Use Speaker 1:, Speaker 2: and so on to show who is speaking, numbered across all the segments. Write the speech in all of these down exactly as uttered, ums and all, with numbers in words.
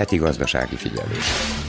Speaker 1: Heti gazdasági figyelés.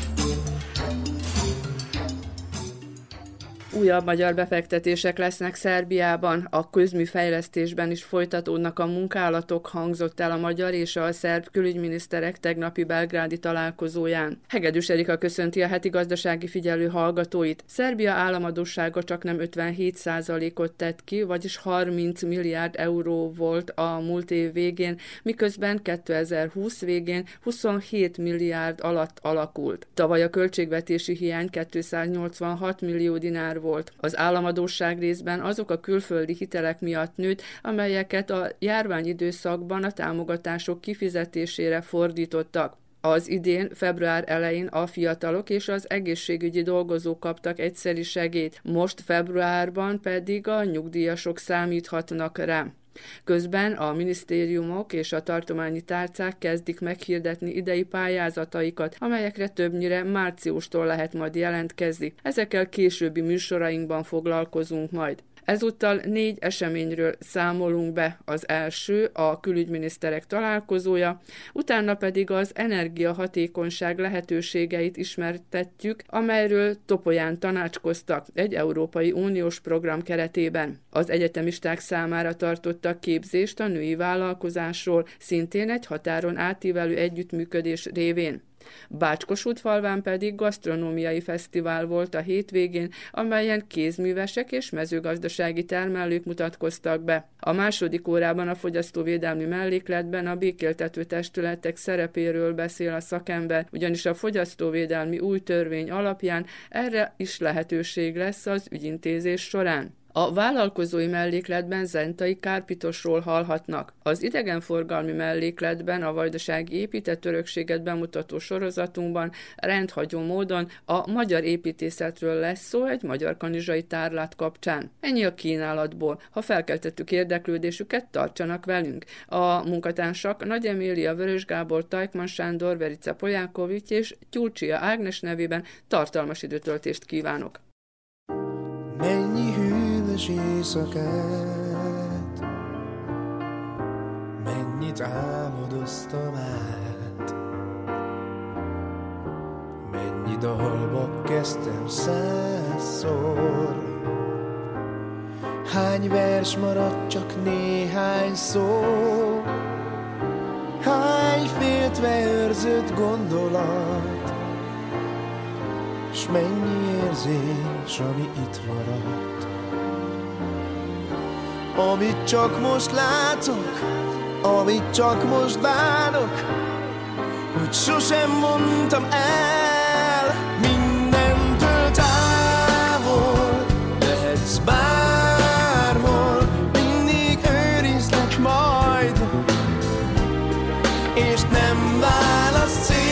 Speaker 2: Újabb magyar befektetések lesznek Szerbiában, a közműfejlesztésben is folytatódnak a munkálatok, hangzott el a magyar és a szerb külügyminiszterek tegnapi belgrádi találkozóján. Hegedűs Erika köszönti a heti gazdasági figyelő hallgatóit. Szerbia államadóssága csaknem ötvenhét százalékot tett ki, vagyis harminc milliárd euró volt a múlt év végén, miközben kétezer-húsz végén huszonhét milliárd alatt alakult. Tavaly a költségvetési hiány kétszáznyolcvanhat millió dinár volt. Az államadósság részben azok a külföldi hitelek miatt nőtt, amelyeket a járványidőszakban a támogatások kifizetésére fordítottak. Az idén február elején a fiatalok és az egészségügyi dolgozók kaptak egyszeri segélyt, most februárban pedig a nyugdíjasok számíthatnak rá. Közben a minisztériumok és a tartományi tárcák kezdik meghirdetni idei pályázataikat, amelyekre többnyire márciustól lehet majd jelentkezni. Ezekkel későbbi műsorainkban foglalkozunk majd. Ezúttal négy eseményről számolunk be. Az első a külügyminiszterek találkozója, utána pedig az energiahatékonyság lehetőségeit ismertetjük, amelyről Topolyán tanácskoztak egy Európai Uniós program keretében. Az egyetemisták számára tartottak képzést a női vállalkozásról, szintén egy határon átívelő együttműködés révén. Bács-Kossuth-falván pedig gasztronómiai fesztivál volt a hétvégén, amelyen kézművesek és mezőgazdasági termelők mutatkoztak be. A második órában a fogyasztóvédelmi mellékletben a békéltető testületek szerepéről beszél a szakember, ugyanis a fogyasztóvédelmi új törvény alapján erre is lehetőség lesz az ügyintézés során. A vállalkozói mellékletben Zentai Kárpitosról hallhatnak. Az idegenforgalmi mellékletben a vajdasági épített örökséget bemutató sorozatunkban rendhagyó módon a magyar építészetről lesz szó egy magyar kanizsai tárlát kapcsán. Ennyi a kínálatból. Ha felkeltettük érdeklődésüket, tartsanak velünk. A munkatársak Nagy Emília, Vörös Gábor, Tajkman Sándor, Verica Polyákovics és Tyulcsia Ágnes nevében tartalmas időtöltést kívánok.
Speaker 3: Mennyi hűvös éjszakát, mennyit álmodoztam át, mennyi dalba kezdtem százszor, hány vers maradt, csak néhány szó, hány féltve őrzött gondolat, s mennyi érzés, ami itt maradt. Amit csak most látok, amit csak most bánok, hogy sosem mondtam el, mindentől távol, lehetsz bárhol, mindig őrizlek majd, és nem válasz szét,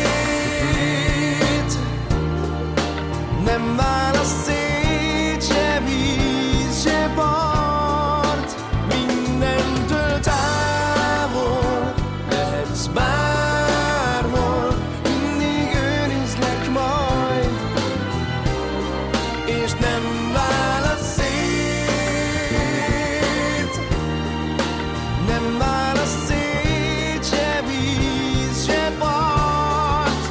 Speaker 3: nem válasz szét, se víz, se part, mindentől távol, lehetsz bárhol, mindig őrizlek majd, és nem válasz szét, nem válasz szét, se víz, se part.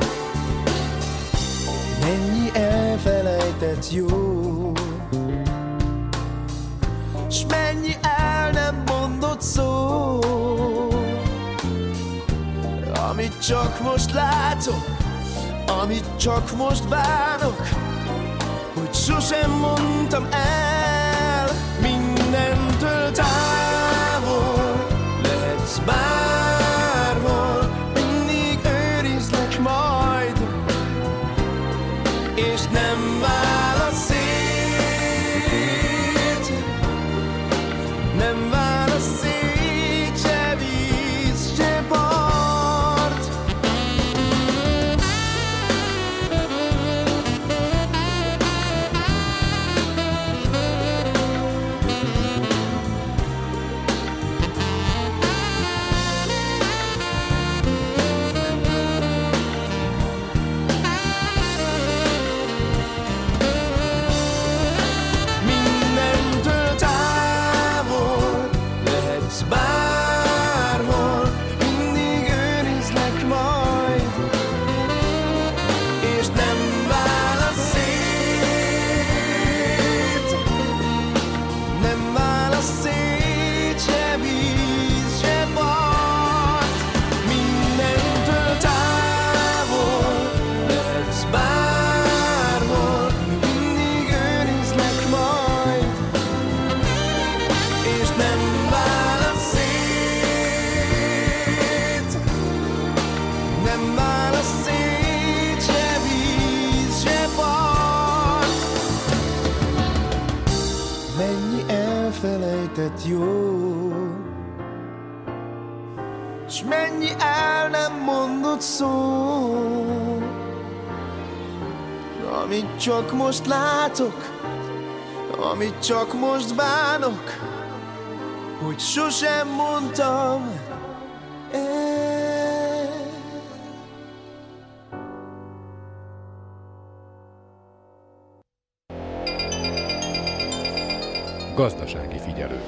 Speaker 3: Mennyi elfelejtett jó, s mennyi el nem mondott szó, amit csak most látok, amit csak most bánok, hogy sosem mondtam el, mindentől távol, lehetsz bárhol, mindig őrizlek majd, és nem válasz szét, nem válasz szét, se víz, se part. s mennyi el nem mondott szó, amit csak most látok, amit csak most bánok, hogy sosem mondtam el.
Speaker 1: Gazdasági figyelő.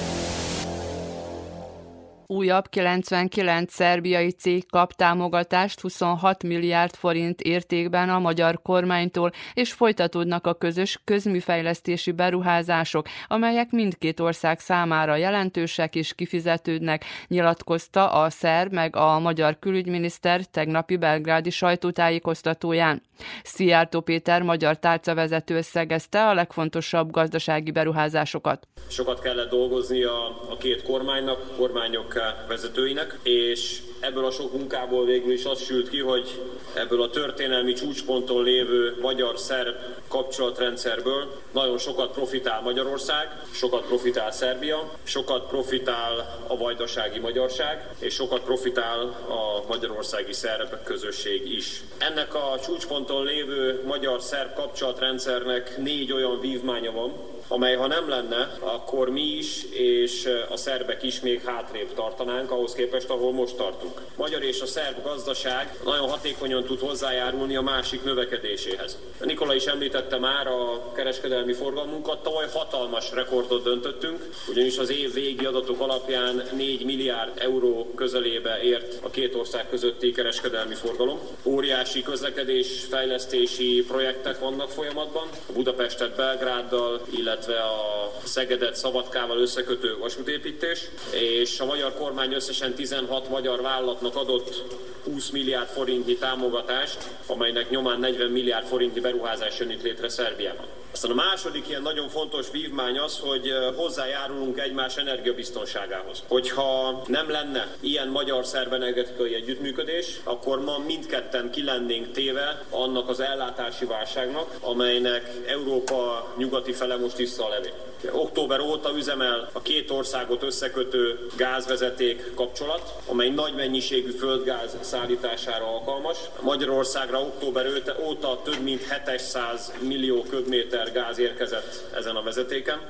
Speaker 2: Újabb kilencvenkilenc szerbiai cég kap támogatást huszonhat milliárd forint értékben a magyar kormánytól, és folytatódnak a közös közműfejlesztési beruházások, amelyek mindkét ország számára jelentősek és kifizetődnek, nyilatkozta a szerb meg a magyar külügyminiszter tegnapi belgrádi sajtótájékoztatóján. Szijjártó Péter magyar tárcavezető összegezte a legfontosabb gazdasági beruházásokat.
Speaker 4: Sokat kellett dolgozni a, a két kormánynak, kormányok vezetőinek, és ebből a sok munkából végül is az sült ki, hogy ebből a történelmi csúcsponton lévő magyar-szerb kapcsolatrendszerből nagyon sokat profitál Magyarország, sokat profitál Szerbia, sokat profitál a vajdasági magyarság, és sokat profitál a magyarországi szerb közösség is. Ennek a csúcsponton lévő magyar-szerb kapcsolatrendszernek négy olyan vívmánya van, amely ha nem lenne, akkor mi is és a szerbek is még hátrébb tartanánk ahhoz képest, ahol most tartunk. A magyar és a szerb gazdaság nagyon hatékonyan tud hozzájárulni a másik növekedéséhez. Nikola is említette már a kereskedelmi forgalmunkat, tavaly hatalmas rekordot döntöttünk, ugyanis az év végi adatok alapján négy milliárd euró közelébe ért a két ország közötti kereskedelmi forgalom. Óriási közlekedésfejlesztési projektek vannak folyamatban, a Budapestet Belgráddal, illetve illetve a Szegedet Szabadkával összekötő vasútépítés, és a magyar kormány összesen tizenhat magyar vállalatnak adott húsz milliárd forintnyi támogatást, amelynek nyomán negyven milliárd forintnyi beruházás jön itt létre Szerbiában. Aztán a második ilyen nagyon fontos vívmány az, hogy hozzájárulunk egymás energiabiztonságához. Hogyha nem lenne ilyen magyar-szerb energetikai együttműködés, akkor ma mindketten ki lennénk téve annak az ellátási válságnak, amelynek Európa nyugati fele most issza a levét. Október óta üzemel a két országot összekötő gázvezeték kapcsolat, amely nagy mennyiségű földgáz szállítására alkalmas. Magyarországra október óta több mint hétszáz millió köbméter gáz érkezett ezen a vezetéken,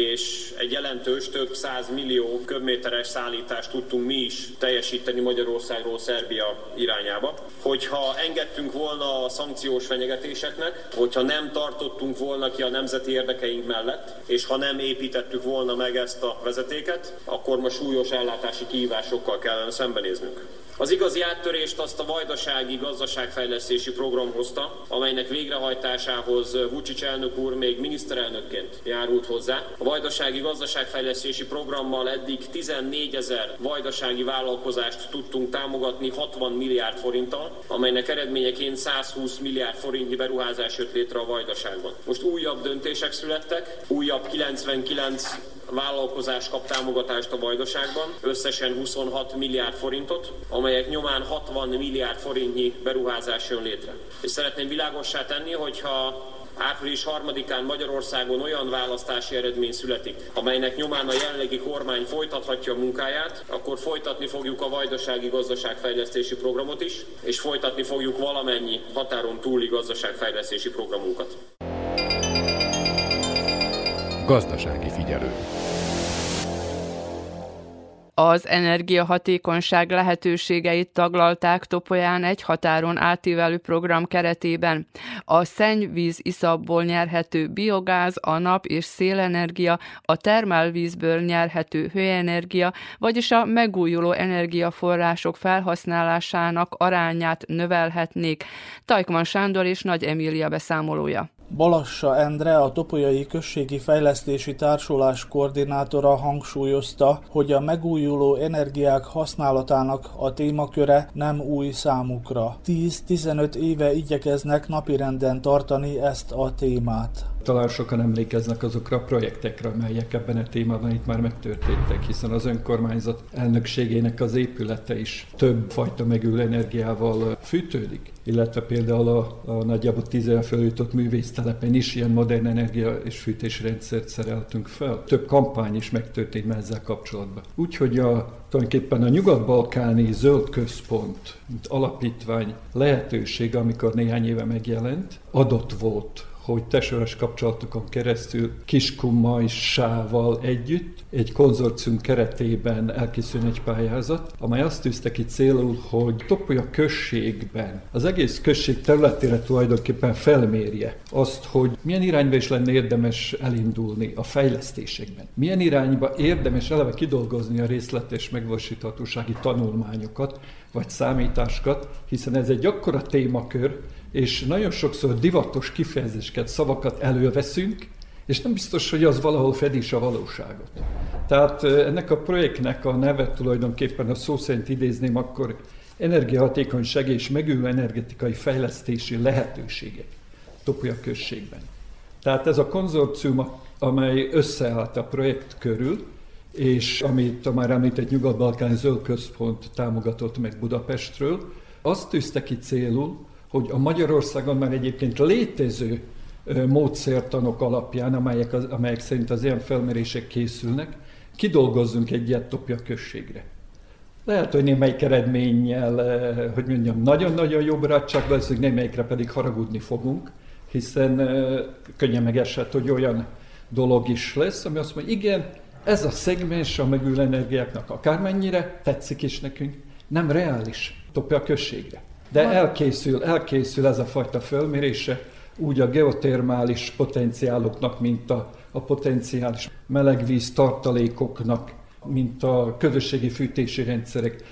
Speaker 4: és egy jelentős, több száz millió köbméteres szállítást tudtunk mi is teljesíteni Magyarországról Szerbia irányába. Hogyha engedtünk volna a szankciós fenyegetéseknek, hogyha nem tartottunk volna ki a nemzeti érdekeink mellett, és ha nem építettük volna meg ezt a vezetéket, akkor ma súlyos ellátási kihívásokkal kellene szembenéznünk. Az igazi áttörést azt a vajdasági gazdaságfejlesztési program hozta, amelynek végrehajtásához Vučić elnök úr még miniszterelnökként járult hozzá. A vajdasági gazdaságfejlesztési programmal eddig tizennégyezer vajdasági vállalkozást tudtunk támogatni hatvan milliárd forinttal, amelynek eredményeként százhúsz milliárd forintnyi beruházás jött létre a Vajdaságban. Most újabb döntések születtek, újabb kilencvenkilenc vállalkozás kap támogatást a Vajdaságban, összesen huszonhat milliárd forintot, amelyek nyomán hatvan milliárd forintnyi beruházás jön létre. És szeretném világossá tenni, hogyha április harmadikán Magyarországon olyan választási eredmény születik, amelynek nyomán a jelenlegi kormány folytathatja a munkáját, akkor folytatni fogjuk a vajdasági gazdaságfejlesztési programot is, és folytatni fogjuk valamennyi határon túli gazdaságfejlesztési programunkat.
Speaker 1: Gazdasági figyelő.
Speaker 2: Az energiahatékonyság lehetőségeit taglalták Topolyán egy határon átívelő program keretében. A szennyvíz iszapból nyerhető biogáz, a nap- és szélenergia, a termálvízből nyerhető hőenergia, vagyis a megújuló energiaforrások felhasználásának arányát növelhetnék. Tajkman Sándor és Nagy Emília beszámolója.
Speaker 5: Balassa Endre, a Topolyai Községi Fejlesztési Társulás koordinátora hangsúlyozta, hogy a megújuló energiák használatának a témaköre nem új számukra. tíz-tizenöt éve igyekeznek napirenden tartani ezt a témát.
Speaker 6: Talán sokan emlékeznek azokra a projektekre, amelyek ebben a témában itt már megtörténtek, hiszen az önkormányzat elnökségének az épülete is több fajta megújuló energiával fűtődik, illetve például a, a nagyjából tíz éve felújított művésztelepen is ilyen modern energia és fűtési rendszert szereltünk fel. Több kampány is megtörtént ezzel kapcsolatban. Úgyhogy a, tulajdonképpen a Nyugat-Balkáni Zöld Központ, mint alapítvány lehetősége, amikor néhány éve megjelent, adott volt, hogy testvéresi kapcsolatokon keresztül Kiskunmajsával együtt egy konzorcium keretében elkészül egy pályázat, amely azt tűzte ki célul, hogy Topolya községben az egész község területére tulajdonképpen felmérje azt, hogy milyen irányba is lenne érdemes elindulni a fejlesztésekben. Milyen irányba érdemes eleve kidolgozni a részletes megvalósíthatósági tanulmányokat, vagy számításokat, hiszen ez egy akkora témakör, és nagyon sokszor divatos kifejezéseket, szavakat előveszünk, és nem biztos, hogy az valahol fedi is a valóságot. Tehát ennek a projektnek a neve tulajdonképpen, a szó szerint idézném, akkor energiahatékonyság és megújuló energetikai fejlesztési lehetőségek Topolya községben. Tehát ez a konzorcium, amely összeállt a projekt körül, és amit a már említett Nyugat-Balkáni Zöld Központ támogatott meg Budapestről, azt tűzte ki célul, hogy a Magyarországon már egyébként létező módszertanok alapján, amelyek, az, amelyek szerint az ilyen felmérések készülnek, kidolgozzunk egy ilyet Topolya községre. Lehet, hogy némelyik eredménnyel, hogy mondjam, nagyon-nagyon jó barátság lesz, hogy némelyikre pedig haragudni fogunk, hiszen könnyen megesett, hogy olyan dolog is lesz, ami azt mondja, igen, ez a szegmens a megújuló energiáknak akármennyire tetszik is nekünk, nem reális Topolya községre. De elkészül, elkészül ez a fajta felmérése, úgy a geotermális potenciáloknak, mint a, a potenciális melegvíz tartalékoknak, mint a közösségi fűtési rendszerek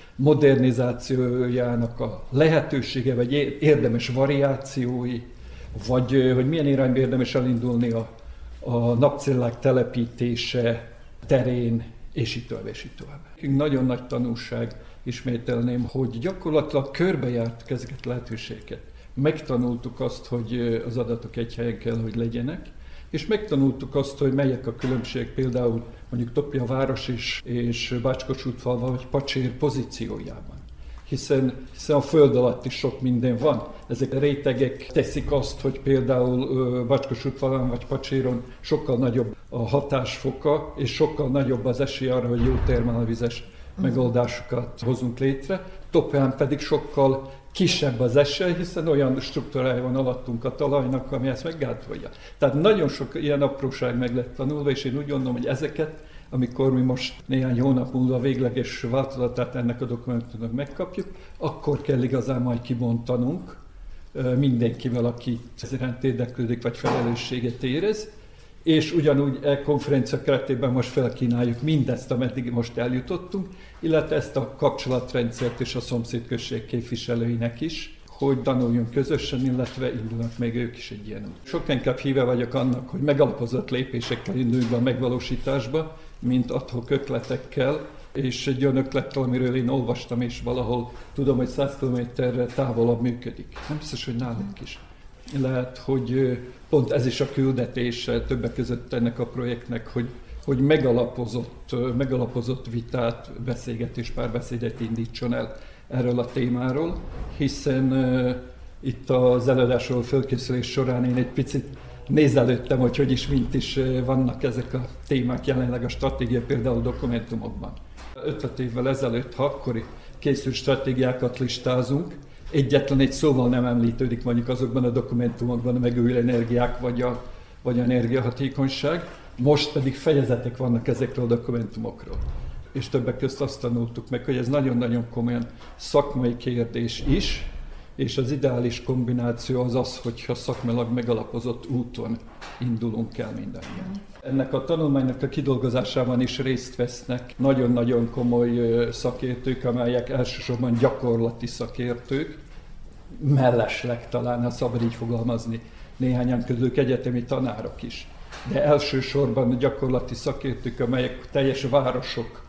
Speaker 6: modernizációjának a lehetősége, vagy érdemes variációi, vagy hogy milyen irányba érdemes elindulni a, a napcellák telepítése terén, és így tovább, és így tovább. Nagyon nagy tanulság, ismételném, hogy gyakorlatilag körbejártuk ezeket a lehetőségeket. Megtanultuk azt, hogy az adatok egy helyen kell, hogy legyenek, és megtanultuk azt, hogy melyek a különbségek például mondjuk Topolya város is, és Bács-Kossuth-falva vagy Pacsér pozíciójában. Hiszen, hiszen a föld alatt is sok minden van. Ezek a rétegek teszik azt, hogy például Bács-Kossuth-falván vagy Pacséron sokkal nagyobb a hatásfoka, és sokkal nagyobb az esély arra, hogy jó termálvizes megoldásokat hozunk létre. Topolyán pedig sokkal kisebb az esély, hiszen olyan struktúrája van alattunk a talajnak, ami ezt meggátolja. Tehát nagyon sok ilyen apróság meg lett tanulva, és én úgy gondolom, hogy ezeket, amikor mi most néhány hónap múlva a végleges változatát ennek a dokumentumnak megkapjuk, akkor kell igazán majd kibontanunk mindenkivel, aki ez iránt érdeklődik, vagy felelősséget érez, és ugyanúgy e konferencia keretében most felkínáljuk mindezt, ameddig most eljutottunk, illetve ezt a kapcsolatrendszert és a szomszédközség képviselőinek is, hogy tanuljunk közösen, illetve indulnak még ők is egy ilyen út. Sokkal inkább híve vagyok annak, hogy megalapozott lépésekkel induljunk be a megvalósításba, mint ad-hoc ötletekkel, és egy olyan ötlettel, amiről én olvastam, és valahol tudom, hogy száz kilométerre távolabb működik. Nem biztos, hogy nálunk is. Lehet, hogy pont ez is a küldetése többek között ennek a projektnek, hogy, hogy megalapozott, megalapozott vitát, beszélgetés, párbeszédet indítson el erről a témáról, hiszen uh, itt az előadásról fölkészülés során én egy picit nézelődtem, hogy hogy is, mint is vannak ezek a témák jelenleg a stratégia például dokumentumokban. Ötlet évvel ezelőtt, ha akkori készült stratégiákat listázunk, egyetlen egy szóval nem említődik mondjuk azokban a dokumentumokban a megújuló energiák vagy a, vagy a energiahatékonyság, most pedig fejezetek vannak ezekről a dokumentumokról. És többek közt azt tanultuk meg, hogy ez nagyon-nagyon komolyan szakmai kérdés is, és az ideális kombináció az az, hogyha szakmailag megalapozott úton indulunk el mindannyian. Ennek a tanulmánynak a kidolgozásában is részt vesznek nagyon-nagyon komoly szakértők, amelyek elsősorban gyakorlati szakértők, mellesleg talán, ha szabad így fogalmazni, néhányan közülük egyetemi tanárok is. De elsősorban gyakorlati szakértők, amelyek teljes városok,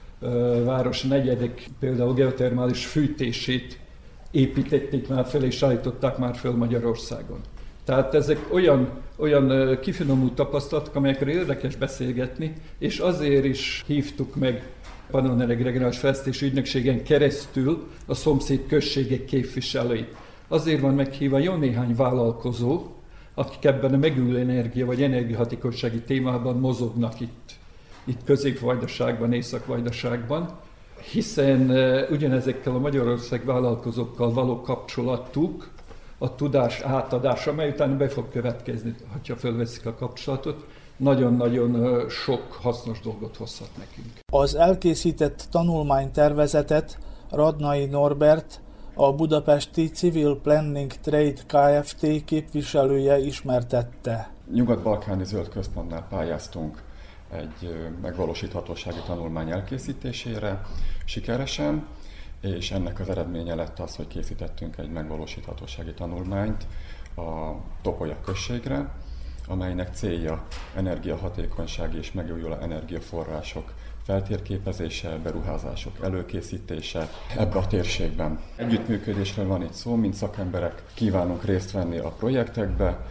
Speaker 6: városnegyedek, például geotermális fűtését építették már fel és állították már fel Magyarországon. Tehát ezek olyan, olyan kifinomult tapasztalatok, amelyekről érdekes beszélgetni, és azért is hívtuk meg Pannoneres Regionális Fejlesztési Ügynökségen keresztül a szomszéd községek képviselőit. Azért van meghívva jó néhány vállalkozó, akik ebben a megújuló energia vagy energiahatékonysági témában mozognak itt, itt Közép-Vajdaságban, Észak-Vajdaságban, hiszen ugyanezekkel a Magyarország vállalkozókkal való kapcsolatuk, a tudás átadása, amely utána be fog következni, ha fölveszik a kapcsolatot, nagyon-nagyon sok hasznos dolgot hozhat nekünk.
Speaker 5: Az elkészített tanulmánytervezetet Radnai Norbert, a budapesti Civil Planning Trade Kft. Képviselője ismertette.
Speaker 7: Nyugat-balkáni Zöld Központnál pályáztunk egy megvalósíthatósági tanulmány elkészítésére sikeresen, és ennek az eredménye lett az, hogy készítettünk egy megvalósíthatósági tanulmányt a Topolya községre, amelynek célja energiahatékonysági és megújuló energiaforrások feltérképezése, beruházások előkészítése ebbe a térségben. Együttműködésről van itt szó, mint szakemberek kívánunk részt venni a projektekbe,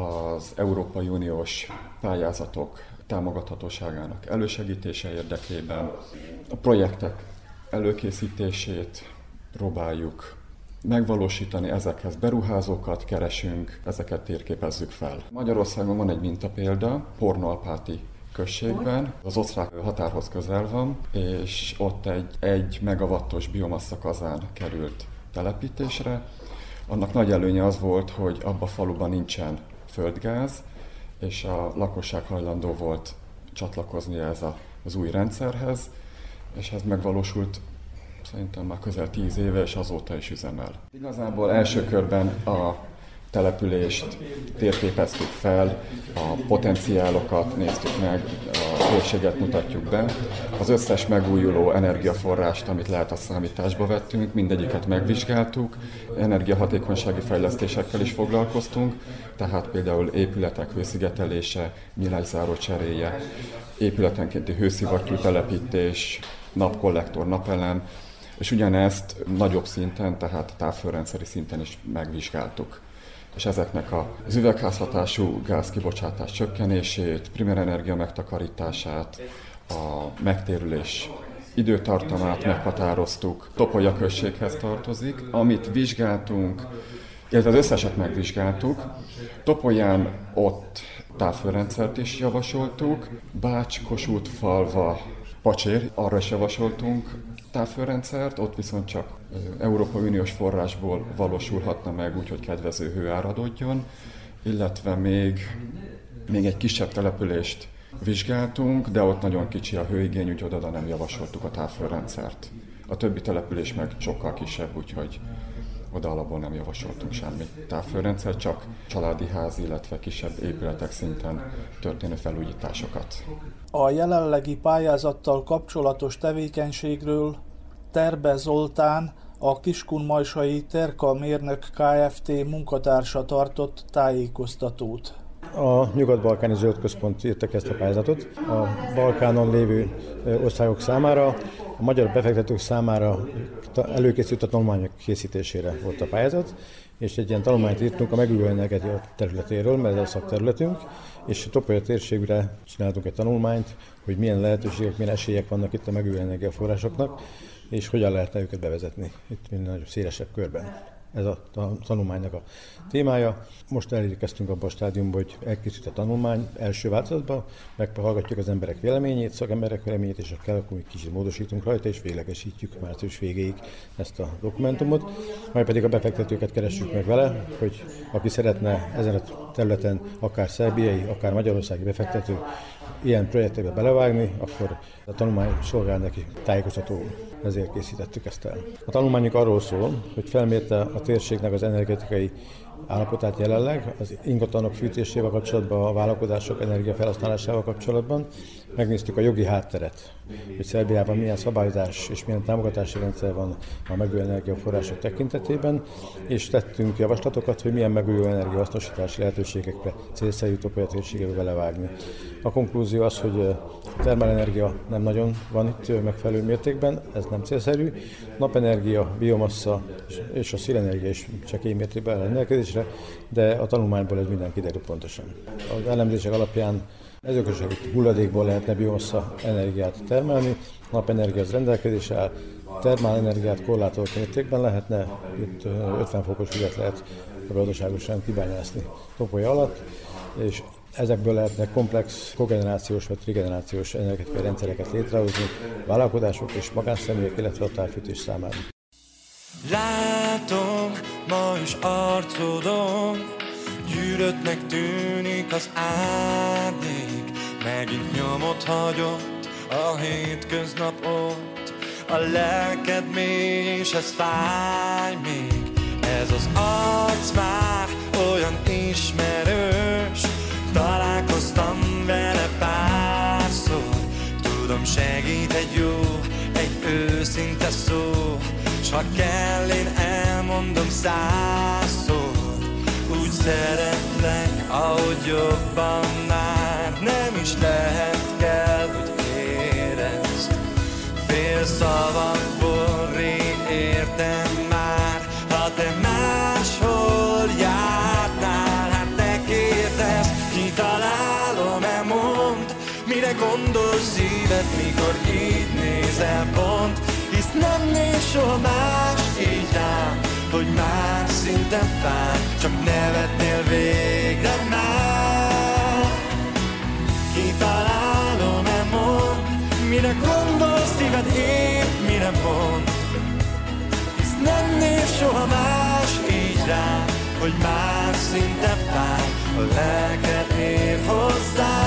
Speaker 7: az Európai Uniós pályázatok támogathatóságának elősegítése érdekében. A projektek előkészítését próbáljuk megvalósítani, ezekhez beruházókat keresünk, ezeket térképezzük fel. Magyarországon van egy mintapélda, Hornalpáti községben, az osztrák határhoz közel van, és ott egy egy megawattos biomassa kazán került telepítésre. Annak nagy előnye az volt, hogy abban a faluban nincsen földgáz, és a lakosság hajlandó volt csatlakozni ez a, az új rendszerhez, és ez megvalósult szerintem már közel tíz éve, és azóta is üzemel. Igazából első körben a települést térképeztük fel, a potenciálokat néztük meg, a térséget mutatjuk be. Az összes megújuló energiaforrást, amit lehet, a számításba vettünk, mindegyiket megvizsgáltuk, energiahatékonysági fejlesztésekkel is foglalkoztunk, tehát például épületek hőszigetelése, nyilászáró cseréje, épületenkénti hőszivattyú telepítés, napkollektor, napelem, és ugyanezt nagyobb szinten, tehát távfölrendszeri szinten is megvizsgáltuk. És ezeknek az üvegházhatású gázkibocsátás csökkenését, primer energia megtakarítását, a megtérülés időtartamát meghatároztuk. Topolya községhez tartozik, amit vizsgáltunk, illetve az összeset megvizsgáltuk. Topolyán ott távfölrendszert is javasoltuk, Bács, Kossuth-Falva, Pacsér, arra is javasoltunk távfölrendszert, ott viszont csak Európai Uniós forrásból valósulhatna meg úgy, hogy kedvező hőár adódjon, illetve még, még egy kisebb települést vizsgáltunk, de ott nagyon kicsi a hőigény, úgyhogy oda nem javasoltuk a távfölrendszert. A többi település meg sokkal kisebb, úgyhogy oda alapból nem javasoltunk semmi távfölrendszer, csak családi ház, illetve kisebb épületek szinten történő felújításokat.
Speaker 5: A jelenlegi pályázattal kapcsolatos tevékenységről Terbe Zoltán, a Kiskunmajsai Terka Mérnök Kft. Munkatársa tartott tájékoztatót.
Speaker 8: A Nyugat-balkáni Zöld Központ írta ezt a pályázatot. A Balkánon lévő országok számára, a magyar befektetők számára előkészült a tanulmányok készítésére volt a pályázat, és egy ilyen tanulmányt írtunk a megújuló energia területéről, mert ez a szakterületünk, és a Topolya térségre csináltunk egy tanulmányt, hogy milyen lehetőségek, milyen esélyek vannak itt a megújuló energiaforrásoknak, és hogyan lehetne őket bevezetni itt minden nagyobb szélesebb körben. Ez a tanulmánynak a témája. Most elérkeztünk abban a stádiumban, hogy elkészült a tanulmány első változatban, meghallgatjuk az emberek véleményét, szakemberek véleményét, és ha kell, akkor még kicsit módosítunk rajta, és véglegesítjük március végéig ezt a dokumentumot. Majd pedig a befektetőket keressük meg vele, hogy aki szeretne ezen a területen, akár szerbiai, akár magyarországi befektető ilyen projektekbe belevágni, akkor a tanulmány szolgál neki tájékoztató, ezért készítettük ezt el. A tanulmányunk arról szól, hogy felmérte a térségnek az energetikai állapotát jelenleg, az ingatlanok fűtésével kapcsolatban, a vállalkozások energiafelhasználásával kapcsolatban. Megnéztük a jogi hátteret, hogy Szerbiában milyen szabályozás és milyen támogatási rendszer van a megújuló energiaforrások tekintetében, és tettünk javaslatokat, hogy milyen megújuló energiahasznosítási lehetőségekre célszerű Topolya térségébe belevágni. A konklúzió az, hogy a termálenergia nem nagyon van itt megfelelő mértékben, ez nem célszerű. Napenergia, biomassa és a szélenergia is csekély mértékben rendelkezik, elemzésre, de a tanulmányból ez minden kiderül pontosan. Az elemzések alapján mezőgazdasági hulladékból lehetne biomassa energiát termelni, napenergia az rendelkezésre áll, termálenergiát korlátozott mértékben lehetne, itt ötven fokos vizet lehet gazdaságosan kibányászni Topolya alatt, és ezekből lehetne komplex kogenerációs vagy trigenerációs energetikai rendszereket létrehozni vállalkozások és magánszemélyek, illetve a távfűtés számára.
Speaker 3: Látom ma is arcodon, gyűröttnek tűnik az árnyék, megint nyomot hagyott a hétköznapot, a lelked mély és ez fáj még, ez az arc már olyan ismerős, találkoztam vele párszor, tudom segít egy jó, egy őszinte szó, s ha kell én elmondom százszor, úgy szeretlek, ahogy jobban már nem is lehet, kell, hogy érezd, fél szavakból rég értem már, ha te máshol járnál, hát te kérdezd, kitalálom-e, mondd, mire gondol szíved, mikor így nézel pont, hisz nem néz soha más így rám, hogy már szinte fáj, csak nevetnél végre már. Kitalálom-e, mondd, mire gondol szíved, épp mire mond, hisz nem néz soha más így rám, hogy már szinte fáj, a lelked ér hozzá.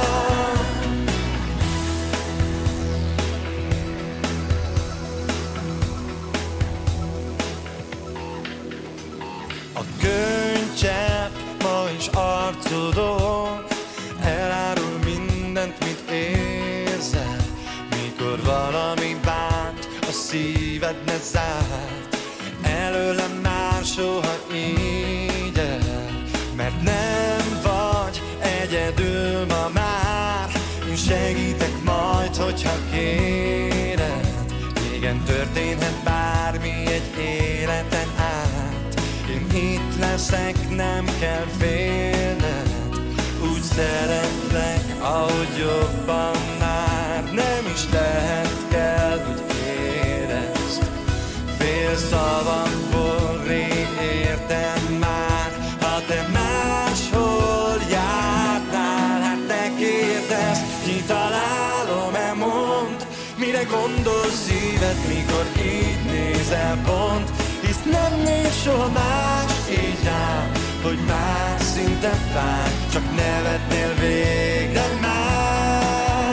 Speaker 3: A könycsepp ma is arcodon elárul mindent, mit érzel, mikor valami bánt, a szíved ne zárt, előlem már soha így el, mert nem vagy egyedül ma már, én segítek majd, hogyha kéred, igen, történhet bármi egy életen át, én itt leszek, nem kell félned, úgy szeretlek, ahogy jobban már nem is lehet, kell, hogy érezd, fél szavakból rég értem már, ha te máshol járnál, hát te kérdezd, kitalálom-e, mondd, mire gondol szíved, mikor így nézel pont, hisz nem néz soha más így rám, hogy már szinte fáj, csak nevetnél végre már.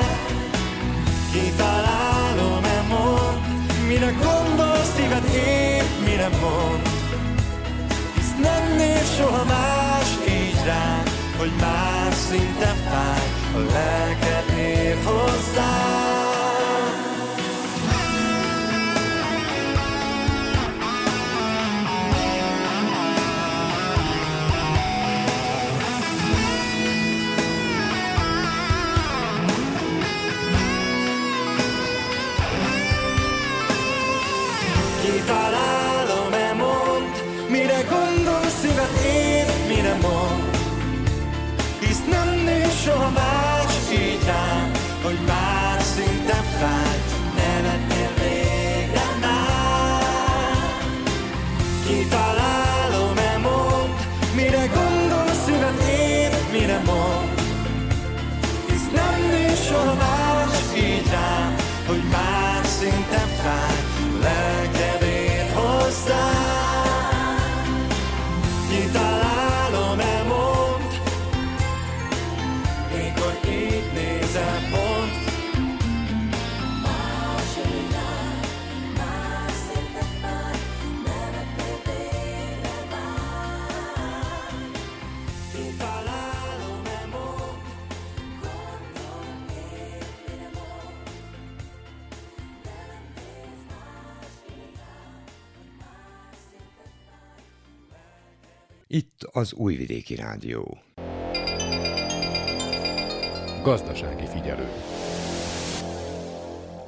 Speaker 3: Kitalálom-e, mondd, mire gondol szíved, épp mire mond, hisz nem néz soha más így rám, hogy már szinte fáj, a lelked ér hozzá. Kitalálom-e, mondd, mire gondol szíved, épp mire mond, hisz nem néz soha más így rám, hogy már szinte fáj, nevetnél végre már. Kitalálom-e, mondd, mire gondol szíved, épp mire mond, hisz nem néz soha más így rám, hogy már szinte fáj, lelked ér hozzá. Kitalálom-e, mondd, mikor így nézel pont, más így rám, már szinte fáj, nevetnél végre már. Kitalálom-e, mondd, gondol épp mire mond, nem néz más így rám, már szinte fáj.
Speaker 9: Itt az Újvidéki Rádió.
Speaker 1: Gazdasági figyelő.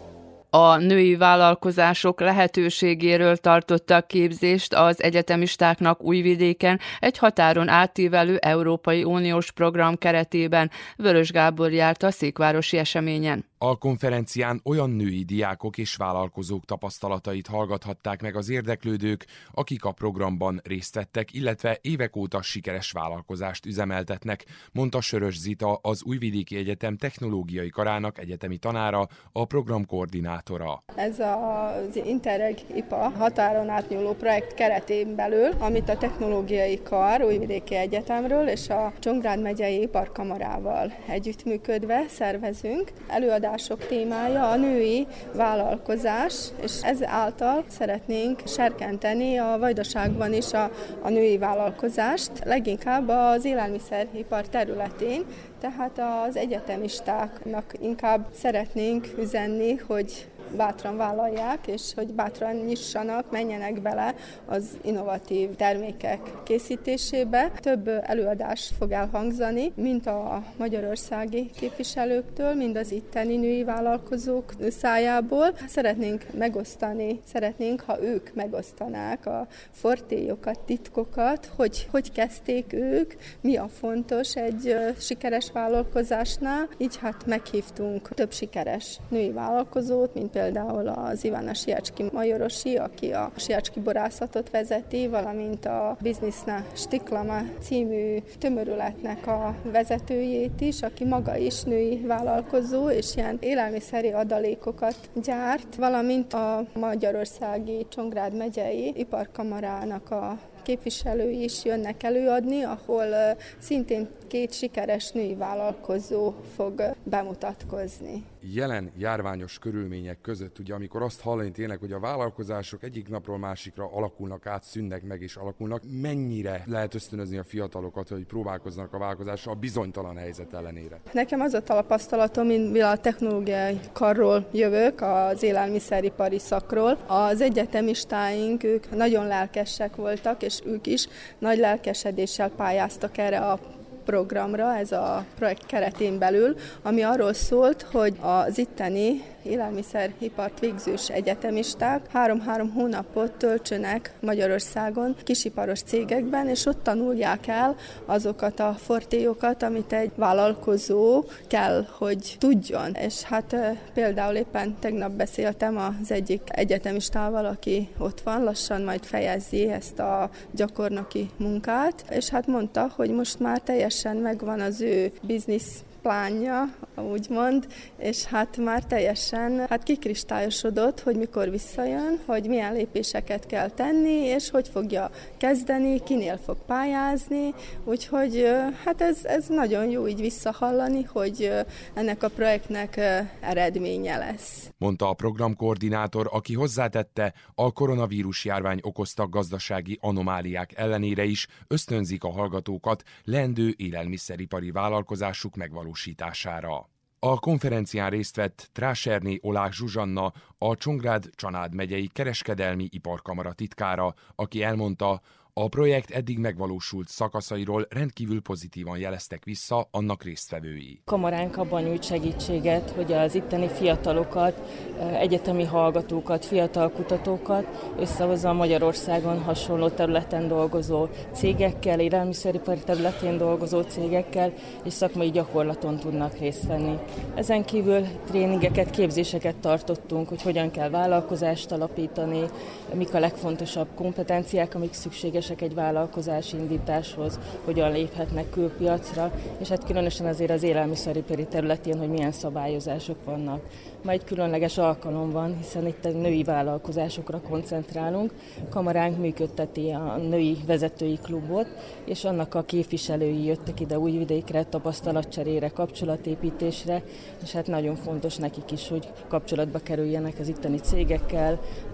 Speaker 2: A női vállalkozások lehetőségéről tartottak képzést az egyetemistáknak Újvidéken egy határon átívelő Európai Uniós program keretében. Vörös Gábor járt a székvárosi eseményen.
Speaker 10: A konferencián olyan női diákok és vállalkozók tapasztalatait hallgathatták meg az érdeklődők, akik a programban részt vettek, illetve évek óta sikeres vállalkozást üzemeltetnek, mondta Sörös Zita, az Újvidéki Egyetem technológiai karának egyetemi tanára, a program koordinátora.
Speaker 11: Ez az Interreg i pé á határon átnyúló projekt keretén belül, amit a technológiai kar Újvidéki Egyetemről és a Csongrád megyei iparkamarával együttműködve szervezünk. Előadás Sok témája a női vállalkozás, és ezáltal szeretnénk serkenteni a Vajdaságban is a, a női vállalkozást, leginkább az élelmiszeripar területén, tehát az egyetemistáknak inkább szeretnénk üzenni, hogy bátran vállalják, és hogy bátran nyissanak, menjenek bele az innovatív termékek készítésébe. Több előadás fog elhangzani, mint a magyarországi képviselőktől, mind az itteni női vállalkozók szájából. Szeretnénk megosztani, szeretnénk, ha ők megosztanák a fortélyokat, titkokat, hogy hogy kezdték ők, mi a fontos egy sikeres vállalkozásnál. Így hát meghívtunk több sikeres női vállalkozót, mint például az Ivana Siácski Majorosi, aki a Siácski borászatot vezeti, valamint a Bizniszna Stiklama című tömörületnek a vezetőjét is, aki maga is női vállalkozó, és ilyen élelmiszeri adalékokat gyárt, valamint a Magyarországi Csongrád megyei iparkamarának a képviselői is jönnek előadni, ahol szintén két sikeres női vállalkozó fog bemutatkozni.
Speaker 10: Jelen járványos körülmények között, ugye amikor azt hallani tényleg, hogy a vállalkozások egyik napról másikra alakulnak át, szűnnek meg és alakulnak, mennyire lehet ösztönözni a fiatalokat, hogy próbálkoznak a vállalkozással a bizonytalan helyzet ellenére?
Speaker 11: Nekem az a tapasztalatom, mivel a technológiai karról jövök, az élelmiszeripari szakról. Az egyetemistáink, ők nagyon lelkesek voltak, és ők is nagy lelkesedéssel pályáztak erre a programra, ez a projekt keretén belül, ami arról szólt, hogy az itteni élelmiszeripart végzős egyetemisták három-három hónapot töltsenek Magyarországon kisiparos cégekben, és ott tanulják el azokat a fortélyokat, amit egy vállalkozó kell, hogy tudjon. És hát például éppen tegnap beszéltem az egyik egyetemistával, aki ott van, lassan majd fejezi ezt a gyakornoki munkát, és hát mondta, hogy most már teljesen megvan az ő biznisz plánja, úgymond, és hát már teljesen hát kikristályosodott, hogy mikor visszajön, hogy milyen lépéseket kell tenni, és hogy fogja kezdeni, kinél fog pályázni, úgyhogy hát ez, ez nagyon jó így visszahallani, hogy ennek a projektnek eredménye lesz.
Speaker 10: Mondta a programkoordinátor, aki hozzátette, a koronavírus járvány okozta gazdasági anomáliák ellenére is ösztönzik a hallgatókat leendő élelmiszeripari vállalkozásuk megvalósítására. A konferencián részt vett Tráserné Olák Zsuzsanna, a Csongrád-Csanád megyei kereskedelmi iparkamara titkára, aki elmondta, a projekt eddig megvalósult szakaszairól rendkívül pozitívan jeleztek vissza annak résztvevői.
Speaker 12: Kamaránk abban nyújt segítséget, hogy az itteni fiatalokat, egyetemi hallgatókat, fiatal kutatókat összehozza a Magyarországon hasonló területen dolgozó cégekkel, élelmiszeripari területén dolgozó cégekkel, és szakmai gyakorlaton tudnak részt venni. Ezen kívül tréningeket, képzéseket tartottunk, hogy hogyan kell vállalkozást alapítani, mik a legfontosabb kompetenciák, amik szükségesek egy vállalkozási indításhoz, hogyan léphetnek külpiacra, és hát különösen azért az élelmiszeripari területén, hogy milyen szabályozások vannak. Ma egy különleges alkalom van, hiszen itt a női vállalkozásokra koncentrálunk. Kamaránk működteti a női vezetői klubot, és annak a képviselői jöttek ide Újvidékre, tapasztalatcserére, kapcsolatépítésre, és hát nagyon fontos nekik is, hogy kapcsolatba kerüljenek az itteni cégekkel,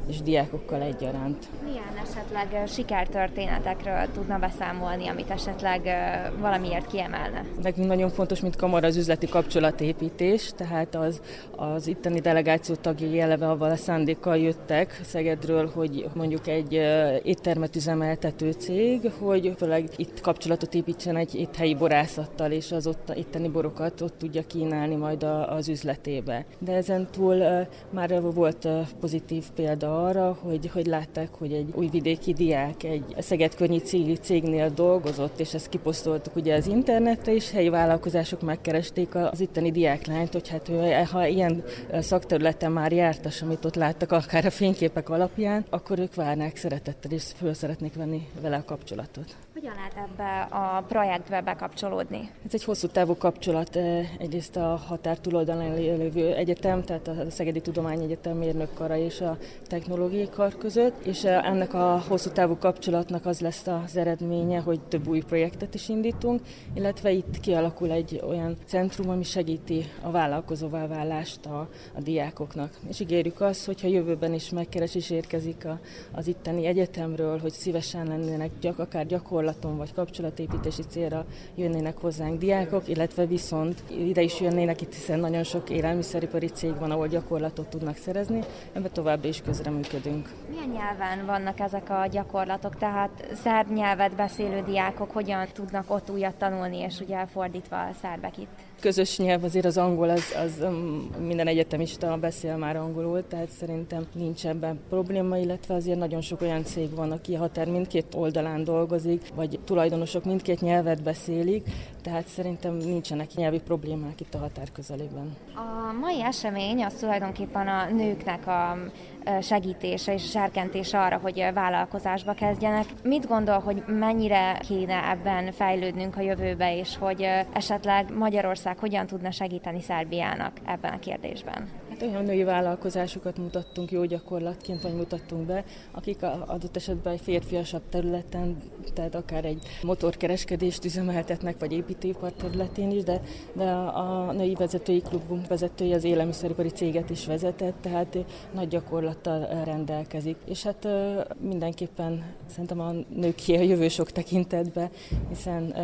Speaker 12: és diákokkal egyaránt.
Speaker 13: Milyen esetleg sikertörténetekről tudna beszámolni, amit esetleg valamiért kiemelne?
Speaker 12: Nekünk nagyon fontos, mint kamara, az üzleti kapcsolatépítés, tehát az, az itteni delegáció tagjai eleve avval a szándékkal jöttek Szegedről, hogy mondjuk egy éttermet üzemeltető cég, hogy főleg itt kapcsolatot építsen egy itt helyi borászattal, és az ott itteni borokat ott tudja kínálni majd az üzletébe. De ezen túl már volt pozitív példa arra, hogy, hogy látták, hogy egy újvidéki diák egy Szeged környéki cégnél dolgozott, és ezt kiposztoltuk ugye az internetre, és helyi vállalkozások megkeresték az itteni diáklányt, hogy hát ő, ha ilyen szakterületen már jártas, amit ott láttak, akár a fényképek alapján, akkor ők várnák szeretettel, és föl szeretnék venni vele a kapcsolatot.
Speaker 13: Hogyan lehet ebbe a projektbe bekapcsolódni?
Speaker 12: Ez egy hosszú távú kapcsolat, egyrészt a határ túloldalán lévő egyetem, tehát a Szegedi Tudományegyetem mérnökkara és a technológiai kar között, és ennek a hosszú távú kapcsolatnak az lesz az eredménye, hogy több új projektet is indítunk, illetve itt kialakul egy olyan centrum, ami segíti a vállalkozóvá válást a, a diákoknak. És ígérjük azt, hogyha jövőben is megkeresés érkezik a, az itteni egyetemről, hogy szívesen lennének gyak, akár gyakorlaton vagy kapcsolatépítési célra jönnének hozzánk diákok, illetve viszont ide is jönnének itt, hiszen nagyon sok élelmiszeripari cég van, ahol gyakorlatot tudnak szerezni, ebben továbbra is közreműködünk.
Speaker 13: Milyen nyelven vannak ezek a gyakorlatok? Tehát szerb nyelvet beszélő diákok hogyan tudnak ott újat tanulni, és ugye fordítva a szerbek itt?
Speaker 12: Közös nyelv azért az angol, az, az minden egyetemista beszél már angolul, tehát szerintem nincs ebben probléma, illetve azért nagyon sok olyan cég van, aki a határ mindkét oldalán dolgozik, vagy tulajdonosok mindkét nyelvet beszélik, tehát szerintem nincsenek nyelvi problémák itt a határ közelében.
Speaker 13: A mai esemény az tulajdonképpen a nőknek a segítése és a serkentése arra, hogy vállalkozásba kezdjenek. Mit gondol, hogy mennyire kéne ebben fejlődnünk a jövőbe, és hogy esetleg Magyarország hogyan tudna segíteni Szerbiának ebben a kérdésben?
Speaker 12: Hát olyan női vállalkozásokat mutattunk jó gyakorlatként, vagy mutattunk be, akik adott esetben egy férfiasabb területen, tehát akár egy motorkereskedést üzemeltetnek, vagy építőipar területén is, de, de a női vezetői klubunk vezetői az élelmiszeripari céget is vezetett, tehát nagy gyakorlattal rendelkezik. És hát mindenképpen szerintem a nők a jövő sok tekintetben, hiszen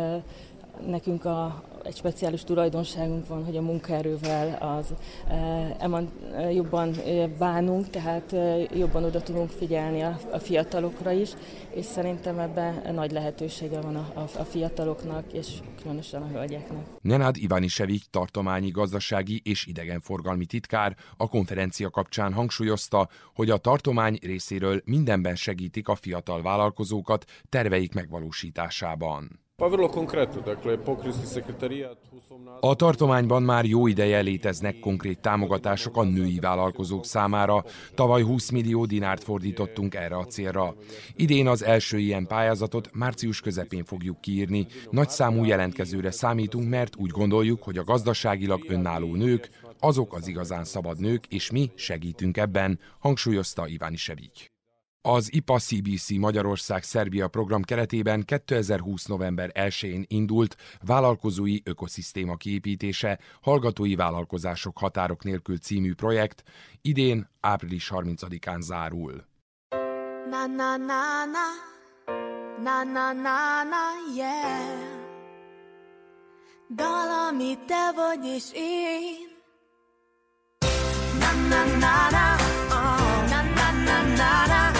Speaker 12: nekünk a egy speciális tulajdonságunk van, hogy a munkaerővel az e, jobban bánunk, tehát jobban oda tudunk figyelni a, a fiatalokra is, és szerintem ebben nagy lehetősége van a, a, a fiataloknak, és különösen a hölgyeknek.
Speaker 10: Nenad Ivanisevic tartományi gazdasági és idegenforgalmi titkár a konferencia kapcsán hangsúlyozta, hogy a tartomány részéről mindenben segítik a fiatal vállalkozókat terveik megvalósításában. A tartományban már jó ideje léteznek konkrét támogatások a női vállalkozók számára. Tavaly húsz millió dinárt fordítottunk erre a célra. Idén az első ilyen pályázatot március közepén fogjuk kiírni. Nagy számú jelentkezőre számítunk, mert úgy gondoljuk, hogy a gazdaságilag önálló nők, azok az igazán szabad nők, és mi segítünk ebben, hangsúlyozta Ivanisevic. Az i pé á cé bé cé Magyarország-Szerbia program keretében kétezer-húsz november elsején indult vállalkozói ökoszisztéma kiépítése, hallgatói vállalkozások határok nélkül című projekt, idén április harmincadikán zárul. Na na na na, na na na na, yeah. Dal, ami te vagy és én. Na na na na, oh, na na na na na.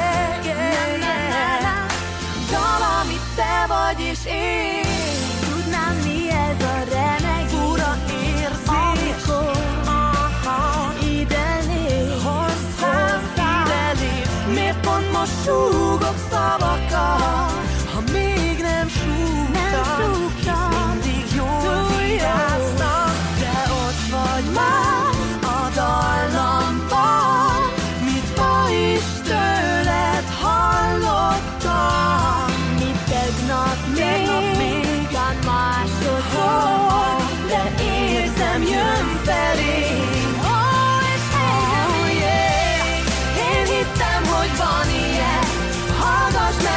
Speaker 10: Te vagy és én. Tudnám, mi ez a remek fura érzés, amikor ide lépsz, hozzám ide lépsz. Miért pont most súgok szavakat, ha még nem súgtam, hisz mindig jól vigyáztam. De ott vagy már a dallamban, mit ma is tőled hallottam. Tegnap még, talán másodszor, de érzem, jön felé. Oh, és oh, yeah. Én hittem, hogy van ilyen, hallgass meg.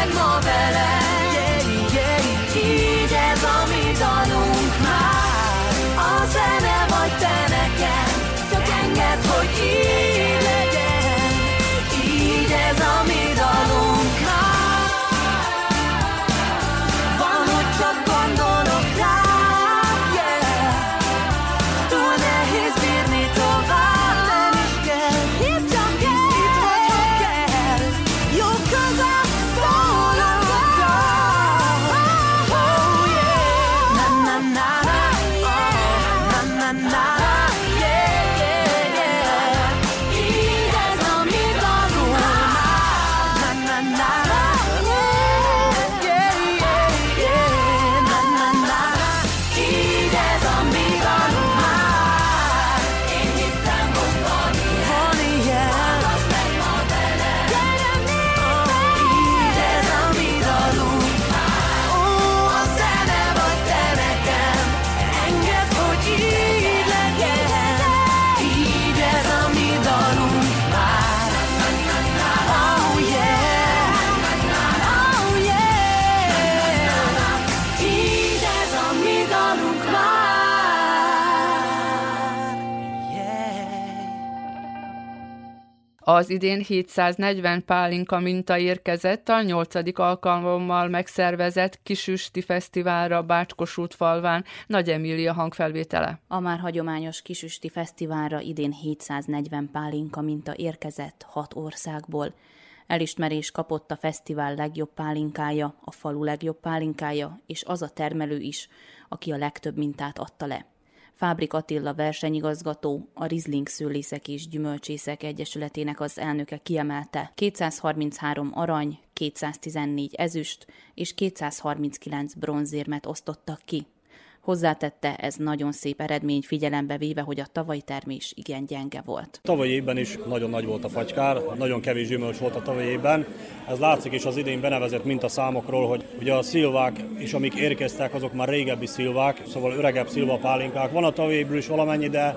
Speaker 2: Az idén hétszáznegyven pálinka minta érkezett a nyolcadik alkalommal megszervezett Kisüsti Fesztiválra Bács-Kossuth-falván. Nagy Emília hangfelvétele.
Speaker 14: A már hagyományos Kisüsti Fesztiválra idén hétszáznegyven pálinka minta érkezett hat országból. Elismerés kapott a fesztivál legjobb pálinkája, a falu legjobb pálinkája, és az a termelő is, aki a legtöbb mintát adta le. Fábrik Attila versenyigazgató, a Riesling Szőlészek és Gyümölcsészek Egyesületének az elnöke kiemelte, kétszázharminchárom arany, kétszáztizennégy ezüst és kétszázharminckilenc bronzérmet osztottak ki. Hozzátette, ez nagyon szép eredmény, figyelembe véve, hogy a tavalyi termés igen gyenge volt.
Speaker 15: Tavalyi évben is nagyon nagy volt a fagykár, nagyon kevés gyümölcs volt a tavalyi évben. Ez látszik is az idén benevezett mintaszámokról, hogy ugye a szilvák is, amik érkeztek, azok már régebbi szilvák, szóval öregebb szilvapálinkák. Van a tavalyi évből is valamennyi, de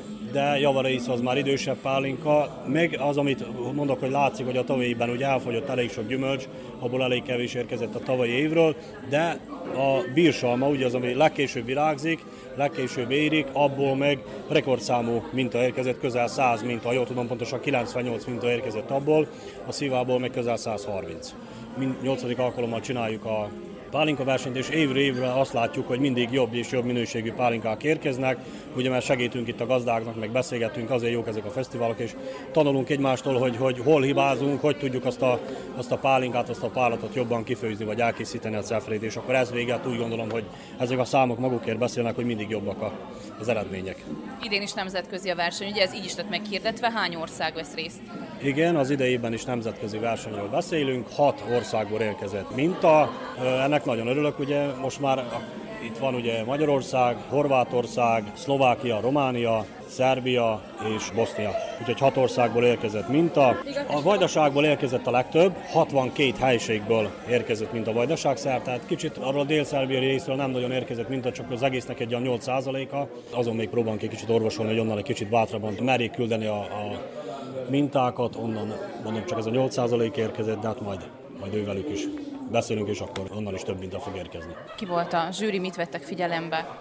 Speaker 15: de javarész az már idősebb pálinka. Még az, amit mondok, hogy látszik, hogy a tavalyi évben ugye elfogyott elég sok gyümölcs, abból elég kevés érkezett a tavalyi évről, de a bírsalma, ugye az, ami legkésőbb virágzik, legkésőbb érik, abból meg rekordszámú minta érkezett, közel száz minta, jól tudom pontosan kilencvennyolc minta érkezett abból, a szívából meg közel százharminc. nyolcadik alkalommal csináljuk a pálinka versenyt, és évről évre azt látjuk, hogy mindig jobb és jobb minőségű pálinkák érkeznek, ugye mert segítünk itt a gazdáknak, meg beszélgetünk, azért jók ezek a fesztiválok, és tanulunk egymástól, hogy, hogy hol hibázunk, hogy tudjuk azt a, azt a pálinkát, azt a pálatot jobban kifőzni, vagy elkészíteni a cefrét, és akkor ez véget úgy gondolom, hogy ezek a számok magukért beszélnek, hogy mindig jobbak a, az eredmények.
Speaker 16: Idén is nemzetközi a verseny, ugye ez így is lett meghirdetve, hány ország vesz részt?
Speaker 15: Igen, az idejében is nemzetközi versenyről beszélünk, hat országból érkezett minta, ennek nagyon örülök, ugye most már itt van ugye Magyarország, Horvátország, Szlovákia, Románia, Szerbia és Bosznia. Úgyhogy hat országból érkezett minta. A Vajdaságból érkezett a legtöbb, hatvankét helységből érkezett minta Vajdaság szert, tehát kicsit arról a dél-szerbiai részről nem nagyon érkezett minta, csak az egésznek egy olyan nyolc százaléka. Azon még próbálunk egy kicsit orvosolni, hogy onnan egy kicsit bátrabban merjék küldeni a, a mintákat, onnan mondom csak ez a nyolc százalék érkezett, de hát majd, majd ővelük is beszélünk, és akkor onnan is több minta fog érkezni.
Speaker 16: Ki volt a zsűri, mit vettek figyelembe?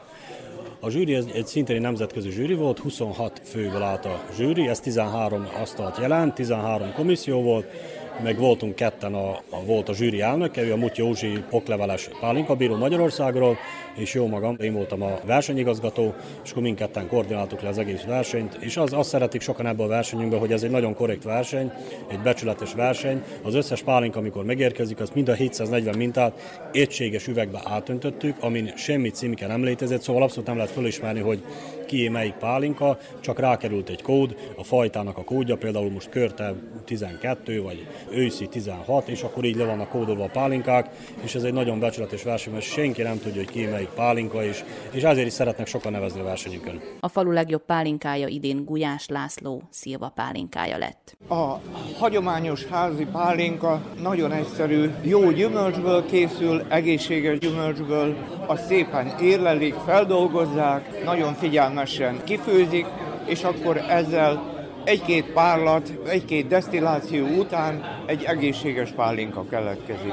Speaker 15: A zsűri egy, egy szintén nemzetközi zsűri volt, huszonhat főből állt a zsűri, ez tizenhárom asztalt jelent, tizenhárom komisszió volt, meg voltunk ketten, a, a, volt a zsűri elnöke, ő a Muty Józsi okleveles pálinkabíró Magyarországról, és jó magam, én voltam a versenyigazgató, és akkor mindketten koordináltuk le az egész versenyt, és az, azt szeretik sokan ebben a versenyünkben, hogy ez egy nagyon korrekt verseny, egy becsületes verseny. Az összes pálinka, amikor megérkezik, az mind a hétszáznegyven mintát egységes üvegbe átöntöttük, amin semmi címke nem létezett, szóval abszolút nem lehet fölismerni, hogy kié melyik pálinka, csak rákerült egy kód, a fajtának a kódja, például most körte tizenkettő, vagy őszi tizenhat, és akkor így le vannak kódolva a pálinkák, és ez egy nagyon becsületes verseny, mert senki nem tudja, hogy ki melyik pálinka is, és ezért is szeretnek sokan nevezni a versenyükön.
Speaker 14: A falu legjobb pálinkája idén Gulyás László szilva pálinkája lett.
Speaker 17: A hagyományos házi pálinka nagyon egyszerű, jó gyümölcsből készül, egészséges gyümölcsből, azt szépen érlelik, feldolgozzák, nagyon figyelmesen kifőzik, és akkor ezzel egy-két párlat, egy-két desztilláció után egy egészséges pálinka keletkezik.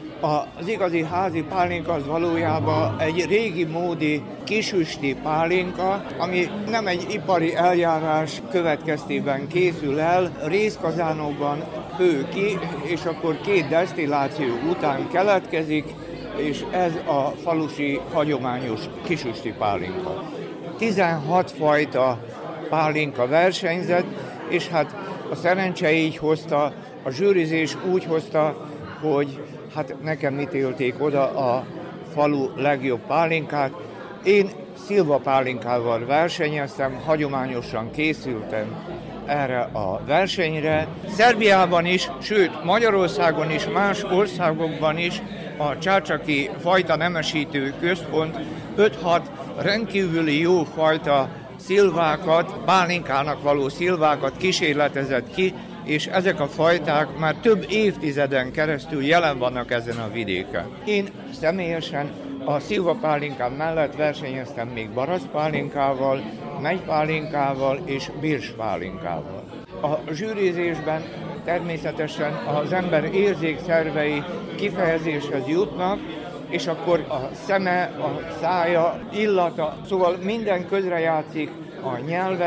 Speaker 17: Az igazi házi pálinka az valójában egy régi módi kisüsti pálinka, ami nem egy ipari eljárás következtében készül el, rézkazánokban fő ki, és akkor két desztilláció után keletkezik, és ez a falusi hagyományos kisüsti pálinka. tizenhat fajta pálinka versenyzett, és hát a szerencse így hozta, a zsűrizés úgy hozta, hogy hát nekem ítélték oda a falu legjobb pálinkát. Én szilva pálinkával versenyeztem, hagyományosan készültem erre a versenyre. Szerbiában is, sőt Magyarországon is, más országokban is a Csácsaki Fajta Nemesítő Központ öt-hat rendkívüli jó fajta szilvákat, pálinkának való szilvákat kísérletezett ki, és ezek a fajták már több évtizeden keresztül jelen vannak ezen a vidéken. Én személyesen a szilvapálinkám mellett versenyeztem még baraszpálinkával, megypálinkával és birspálinkával. A zsűrizésben természetesen az ember érzékszervei kifejezéshez jutnak, és akkor a szeme, a szája, illata, szóval minden közrejátszik, a nyelve,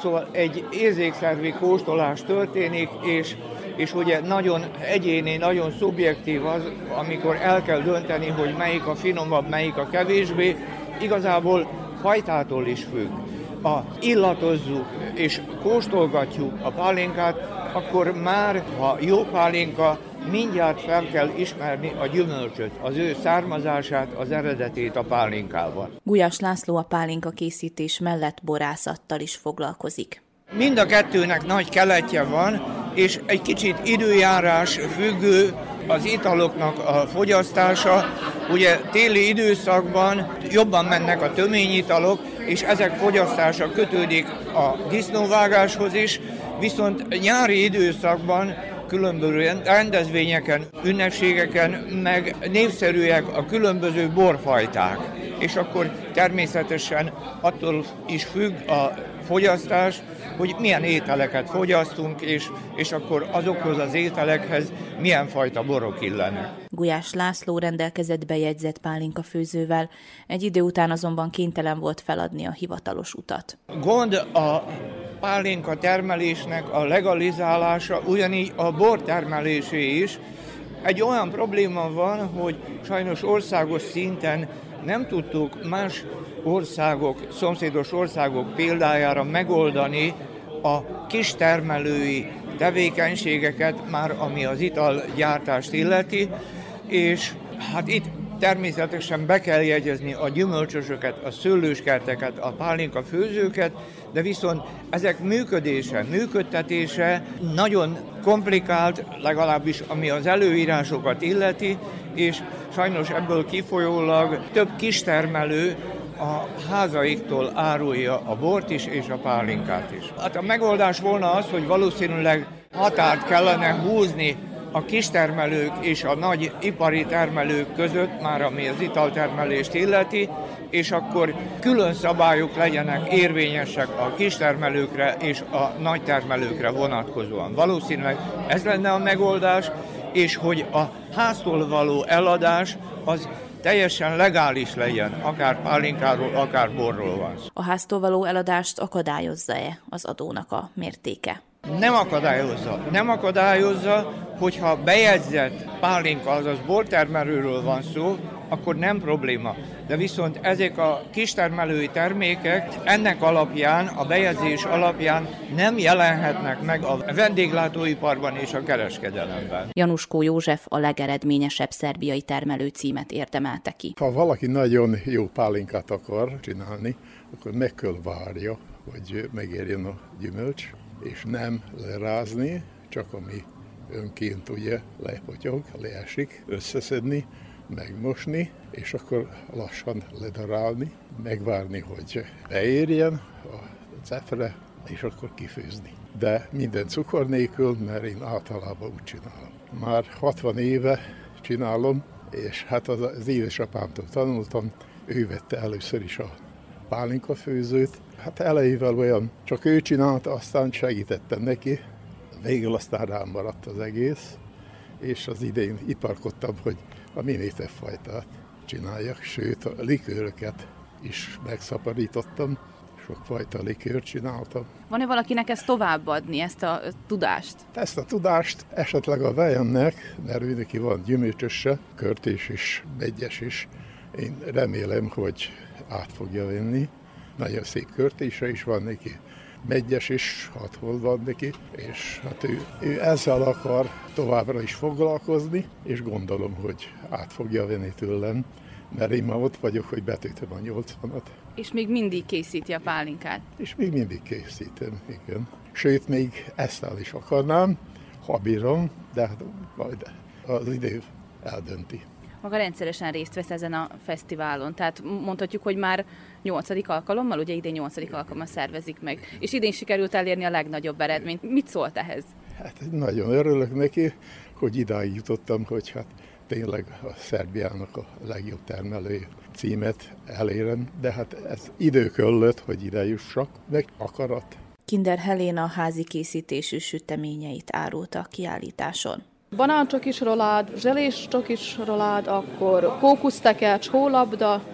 Speaker 17: Szóval egy érzékszervi kóstolás történik, és, és ugye nagyon egyéni, nagyon szubjektív az, amikor el kell dönteni, hogy melyik a finomabb, melyik a kevésbé. Igazából fajtától is függ. Ha illatozzuk és kóstolgatjuk a pálinkát, akkor már, ha jó pálinka, mindjárt fel kell ismerni a gyümölcsöt, az ő származását, az eredetét a pálinkával.
Speaker 14: Gulyás László a pálinka készítés mellett borászattal is foglalkozik.
Speaker 17: Mind a kettőnek nagy keletje van, és egy kicsit időjárás függő az italoknak a fogyasztása. Ugye téli időszakban jobban mennek a töményitalok, és ezek fogyasztása kötődik a disznóvágáshoz is, viszont nyári időszakban különböző rendezvényeken, ünnepségeken meg népszerűek a különböző borfajták. És akkor természetesen attól is függ a fogyasztás, hogy milyen ételeket fogyasztunk, és, és akkor azokhoz az ételekhez milyen fajta borok illenek.
Speaker 14: Gulyás László rendelkezett bejegyzett pálinkafőzővel, egy idő után azonban kénytelen volt feladni a hivatalos utat.
Speaker 17: Gond a pálinka termelésnek a legalizálása, ugyanígy a bor termelésé is. Egy olyan probléma van, hogy sajnos országos szinten nem tudtuk más országok, szomszédos országok példájára megoldani a kistermelői tevékenységeket, már ami az italgyártást illeti, és hát itt természetesen be kell jegyezni a gyümölcsösöket, a szőlőskerteket, a pálinkafőzőket, de viszont ezek működése, működtetése nagyon komplikált, legalábbis ami az előírásokat illeti, és sajnos ebből kifolyólag több kistermelő a házaiktól árulja a bort is és a pálinkát is. Hát a megoldás volna az, hogy valószínűleg határt kellene húzni a kistermelők és a nagy ipari termelők között, már ami az italtermelést illeti, és akkor külön szabályok legyenek érvényesek a kistermelőkre és a nagy termelőkre vonatkozóan. Valószínűleg ez lenne a megoldás, és hogy a háztól való eladás az teljesen legális legyen, akár pálinkáról, akár borról van szó.
Speaker 14: A háztól való eladást akadályozza-e az adónak a mértéke?
Speaker 17: Nem akadályozza. Nem akadályozza, hogyha bejegyzett pálinka, azaz bortermelőről van szó, akkor nem probléma. De viszont ezek a kistermelői termékek ennek alapján, a bejegyzés alapján nem jelenhetnek meg a vendéglátóiparban és a kereskedelemben.
Speaker 14: Januskó József a legeredményesebb szerbiai termelő címet érdemelte ki.
Speaker 18: Ha valaki nagyon jó pálinkát akar csinálni, akkor meg kell várja, hogy megérjen a gyümölcs, és nem lerázni, csak ami önként ugye lepotyog, leesik, összeszedni, megmosni, és akkor lassan ledarálni, megvárni, hogy beérjen a cefre, és akkor kifőzni. De minden cukor nélkül, mert én általában úgy csinálom. Már hatvan éve csinálom, és hát az, az édesapámtól tanultam, ő vette először is a pálinkafőzőt. Hát elejével olyan, csak ő csinálta, aztán segítettem neki, végül aztán rám maradt az egész, és az idén iparkodtam, hogy a minél több fajtát csináljak, sőt a likőröket is megszaporítottam, sokfajta likőrt csináltam.
Speaker 14: Van-e valakinek ezt továbbadni, ezt a tudást?
Speaker 18: Ezt a tudást esetleg a vejemnek, mert ő neki van gyümölcsöse, körtés is, megyes is. Én remélem, hogy át fogja venni. Nagyon szép körtése is van neki, megyes is, hat hol van neki, és hát ő, ő ezzel akar továbbra is foglalkozni, és gondolom, hogy át fogja venni tőlem, mert én már ott vagyok, hogy betöltöm a nyolcvanat.
Speaker 14: És még mindig készíti a pálinkát?
Speaker 18: És még mindig készítem, igen. Sőt, még ezt el is akarnám, ha bírom, de hát majd az idő eldönti.
Speaker 14: Maga rendszeresen részt vesz ezen a fesztiválon, tehát mondhatjuk, hogy már nyolcadik alkalommal, ugye idén nyolcadik alkalommal szervezik meg, és idén sikerült elérni a legnagyobb eredményt. Mit szólt ehhez?
Speaker 18: Hát nagyon örülök neki, hogy idáig jutottam, hogy hát tényleg a Szerbiának a legjobb termelő címet elérem, de hát ez idő kellett, hogy ide jussak, meg akarat.
Speaker 14: Kinder Helena házi készítésű süteményeit árulta a kiállításon.
Speaker 19: Banáncsokis rolád, zselés csokis rolád, akkor kókusztekercs, hólabda,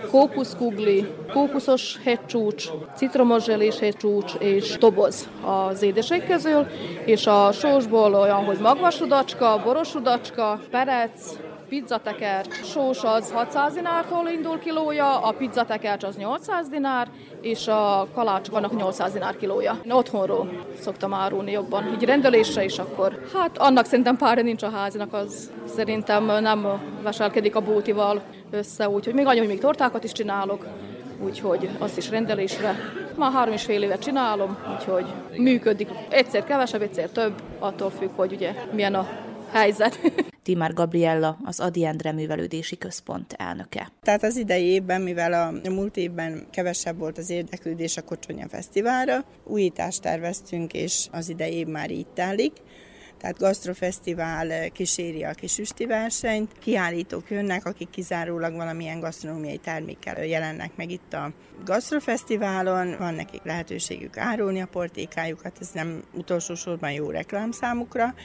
Speaker 19: kókuszkugli, kókuszos hegycsúcs, citromos zselés hegycsúcs és toboz az édesek közül, és a sósból olyan, hogy magvasudacska, borosudacska, perec, pizzatekercs. Sós az hatszáz dinártól indul kilója, a pizzatekercs az nyolcszáz dinár, és a kalácsok annak nyolcszáz dinár kilója. Én otthonról szoktam árulni jobban, így rendelésre is akkor. Hát annak szerintem párja nincs a házinak, az szerintem nem veselkedik a bótival össze, úgyhogy még annyi, hogy még tortákat is csinálok, úgyhogy azt is rendelésre. Már három és fél évet csinálom, úgyhogy működik. Egyszer kevesebb, egyszer több, attól függ, hogy ugye milyen a helyzet.
Speaker 14: Timár Gabriella, az Ady Endre Művelődési Központ elnöke.
Speaker 20: Tehát az idei évben, mivel a múlt évben kevesebb volt az érdeklődés a Kocsonya Fesztiválra, újítást terveztünk, és az idei év már így telik. Tehát gasztrofesztivál kíséri a kisüsti versenyt, kiállítók jönnek, akik kizárólag valamilyen gasztronómiai termékkel jelennek meg itt a gasztrofesztiválon, van nekik lehetőségük árulni a portékájukat, ez nem utolsó sorban jó reklám számukra,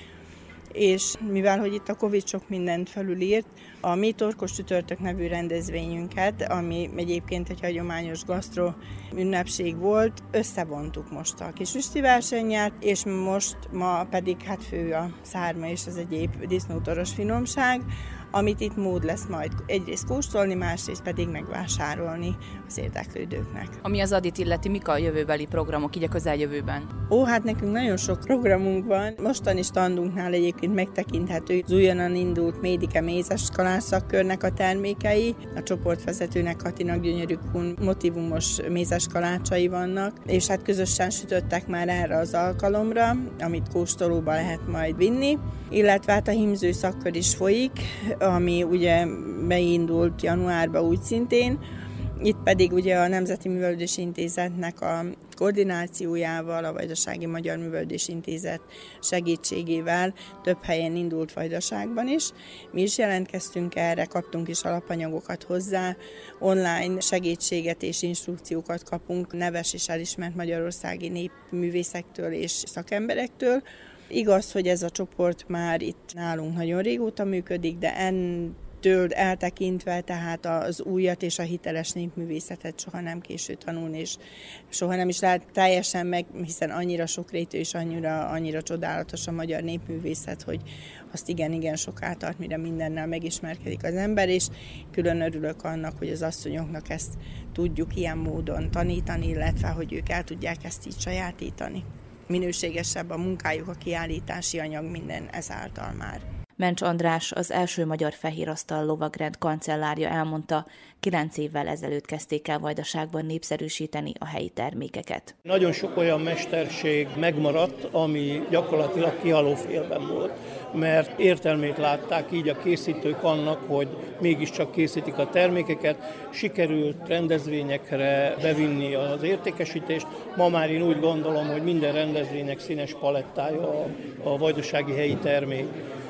Speaker 20: és mivel, hogy itt a Covid sok mindent felülírt, a mi Torkos Csütörtök nevű rendezvényünket, ami egyébként egy hagyományos gasztro ünnepség volt, összevontuk most a kisüsti versennyel, és most ma pedig hát fő a szárma és az egyéb disznótoros finomság, amit itt mód lesz majd egyrészt kóstolni, másrészt pedig megvásárolni az érdeklődőknek.
Speaker 16: Ami az Adit illeti, mik a jövőbeli programok így a közeljövőben?
Speaker 20: Ó, hát nekünk nagyon sok programunk van. Mostani standunknál egyébként megtekinthető az újonnan indult Médike mézes kalács szakkörnek a termékei. A csoportvezetőnek, Katinak gyönyörű kun motivumos mézes kalácsai vannak, és hát közösen sütöttek már erre az alkalomra, amit kóstolóba lehet majd vinni, illetve hát a hímző szakkör is folyik, ami ugye beindult januárban úgy szintén. Itt pedig ugye a Nemzeti Művelődési Intézetnek a koordinációjával, a Vajdasági Magyar Művelődési Intézet segítségével több helyen indult Vajdaságban is. Mi is jelentkeztünk erre, kaptunk is alapanyagokat hozzá, online segítséget és instrukciókat kapunk neves és elismert magyarországi népművészektől és szakemberektől. Igaz, hogy ez a csoport már itt nálunk nagyon régóta működik, de entől eltekintve, tehát az újat és a hiteles népművészetet soha nem késő tanulni, és soha nem is lehet teljesen meg, hiszen annyira sokrétű és annyira, annyira csodálatos a magyar népművészet, hogy azt igen-igen soká tart, mire mindennel megismerkedik az ember, és külön örülök annak, hogy az asszonyoknak ezt tudjuk ilyen módon tanítani, illetve hogy ők el tudják ezt így sajátítani. Minőségesebb a munkájuk, a kiállítási anyag, minden ezáltal már.
Speaker 14: Mencs András, az első magyar fehérasztal lovagrend kancellárja elmondta, kilenc évvel ezelőtt kezdték el Vajdaságban népszerűsíteni a helyi termékeket.
Speaker 21: Nagyon sok olyan mesterség megmaradt, ami gyakorlatilag kihalófélben volt, mert értelmét látták így a készítők annak, hogy mégiscsak készítik a termékeket, sikerült rendezvényekre bevinni az értékesítést. Ma már én úgy gondolom, hogy minden rendezvénynek színes palettája a, a vajdasági helyi termék.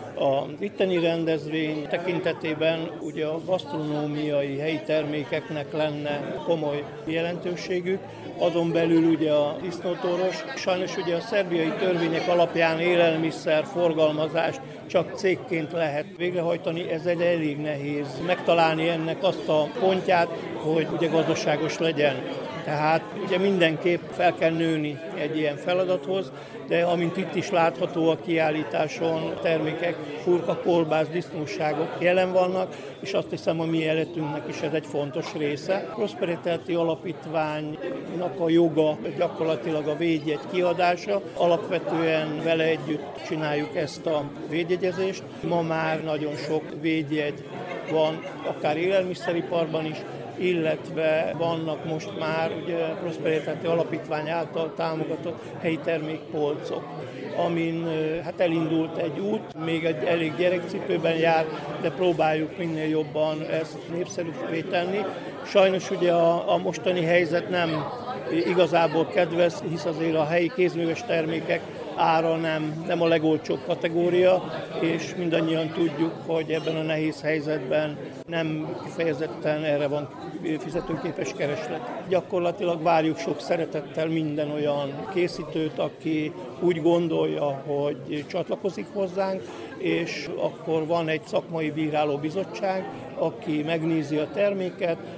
Speaker 21: A itteni rendezvény tekintetében ugye a gasztronómiai helyi termékeknek lenne komoly jelentőségük, azon belül ugye a disznótoros. Sajnos ugye a szerbiai törvények alapján élelmiszer forgalmazást csak cégként lehet végrehajtani, ez egy elég nehéz megtalálni ennek azt a pontját, hogy ugye gazdaságos legyen. Tehát ugye mindenképp fel kell nőni egy ilyen feladathoz, de amint itt is látható a kiállításon, termékek, hurka, kolbász, disznóságok jelen vannak, és azt hiszem, a mi életünknek is ez egy fontos része. Prosperitáti Alapítványnak a joga gyakorlatilag a védjegy kiadása. Alapvetően vele együtt csináljuk ezt a védjegyezést. Ma már nagyon sok védjegy van, akár élelmiszeriparban is, illetve vannak most már ugye Prosperitáti Alapítvány által támogatott helyi termékpolcok, amin hát elindult egy út, még egy elég gyerekcipőben jár, de próbáljuk minél jobban ezt népszerűvé tenni. Sajnos ugye a, a mostani helyzet nem igazából kedves, hisz azért a helyi kézműves termékek ára nem, nem a legolcsóbb kategória, és mindannyian tudjuk, hogy ebben a nehéz helyzetben nem kifejezetten erre van fizetőképes kereslet. Gyakorlatilag várjuk sok szeretettel minden olyan készítőt, aki úgy gondolja, hogy csatlakozik hozzánk, és akkor van egy szakmai bíráló bizottság, aki megnézi a terméket,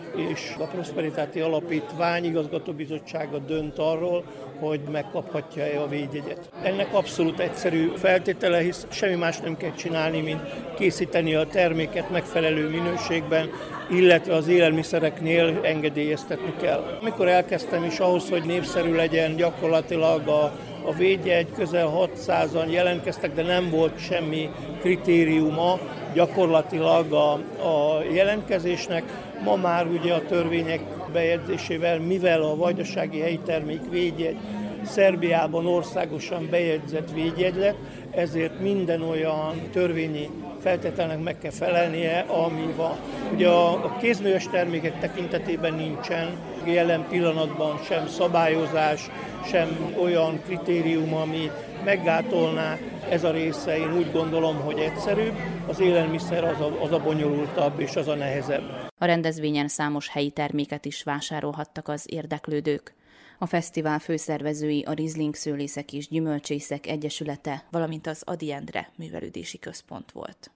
Speaker 21: és a Prosperitáti Alapítvány igazgatóbizottsága dönt arról, hogy megkaphatja-e a védjegyet. Ennek abszolút egyszerű feltétele, hisz semmi más nem kell csinálni, mint készíteni a terméket megfelelő minőségben, illetve az élelmiszereknél engedélyeztetni kell. Amikor elkezdtem is ahhoz, hogy népszerű legyen, gyakorlatilag a, a védjegy, közel hatszázan jelentkeztek, de nem volt semmi kritériuma gyakorlatilag a, a jelentkezésnek. Ma már ugye a törvények bejegyzésével, mivel a vajdasági helyi termék védjegy Szerbiában országosan bejegyzett védjegy lett, ezért minden olyan törvényi feltételnek meg kell felelnie, ami van. Ugye a, a kézműves termékek tekintetében nincsen jelen pillanatban sem szabályozás, sem olyan kritérium, ami meggátolná. Ez a része, én úgy gondolom, hogy egyszerűbb, az élelmiszer az a, az a bonyolultabb és az a nehezebb.
Speaker 14: A rendezvényen számos helyi terméket is vásárolhattak az érdeklődők. A fesztivál főszervezői a Riesling Szőlészek és Gyümölcsészek Egyesülete, valamint az Ady Endre Művelődési Központ volt.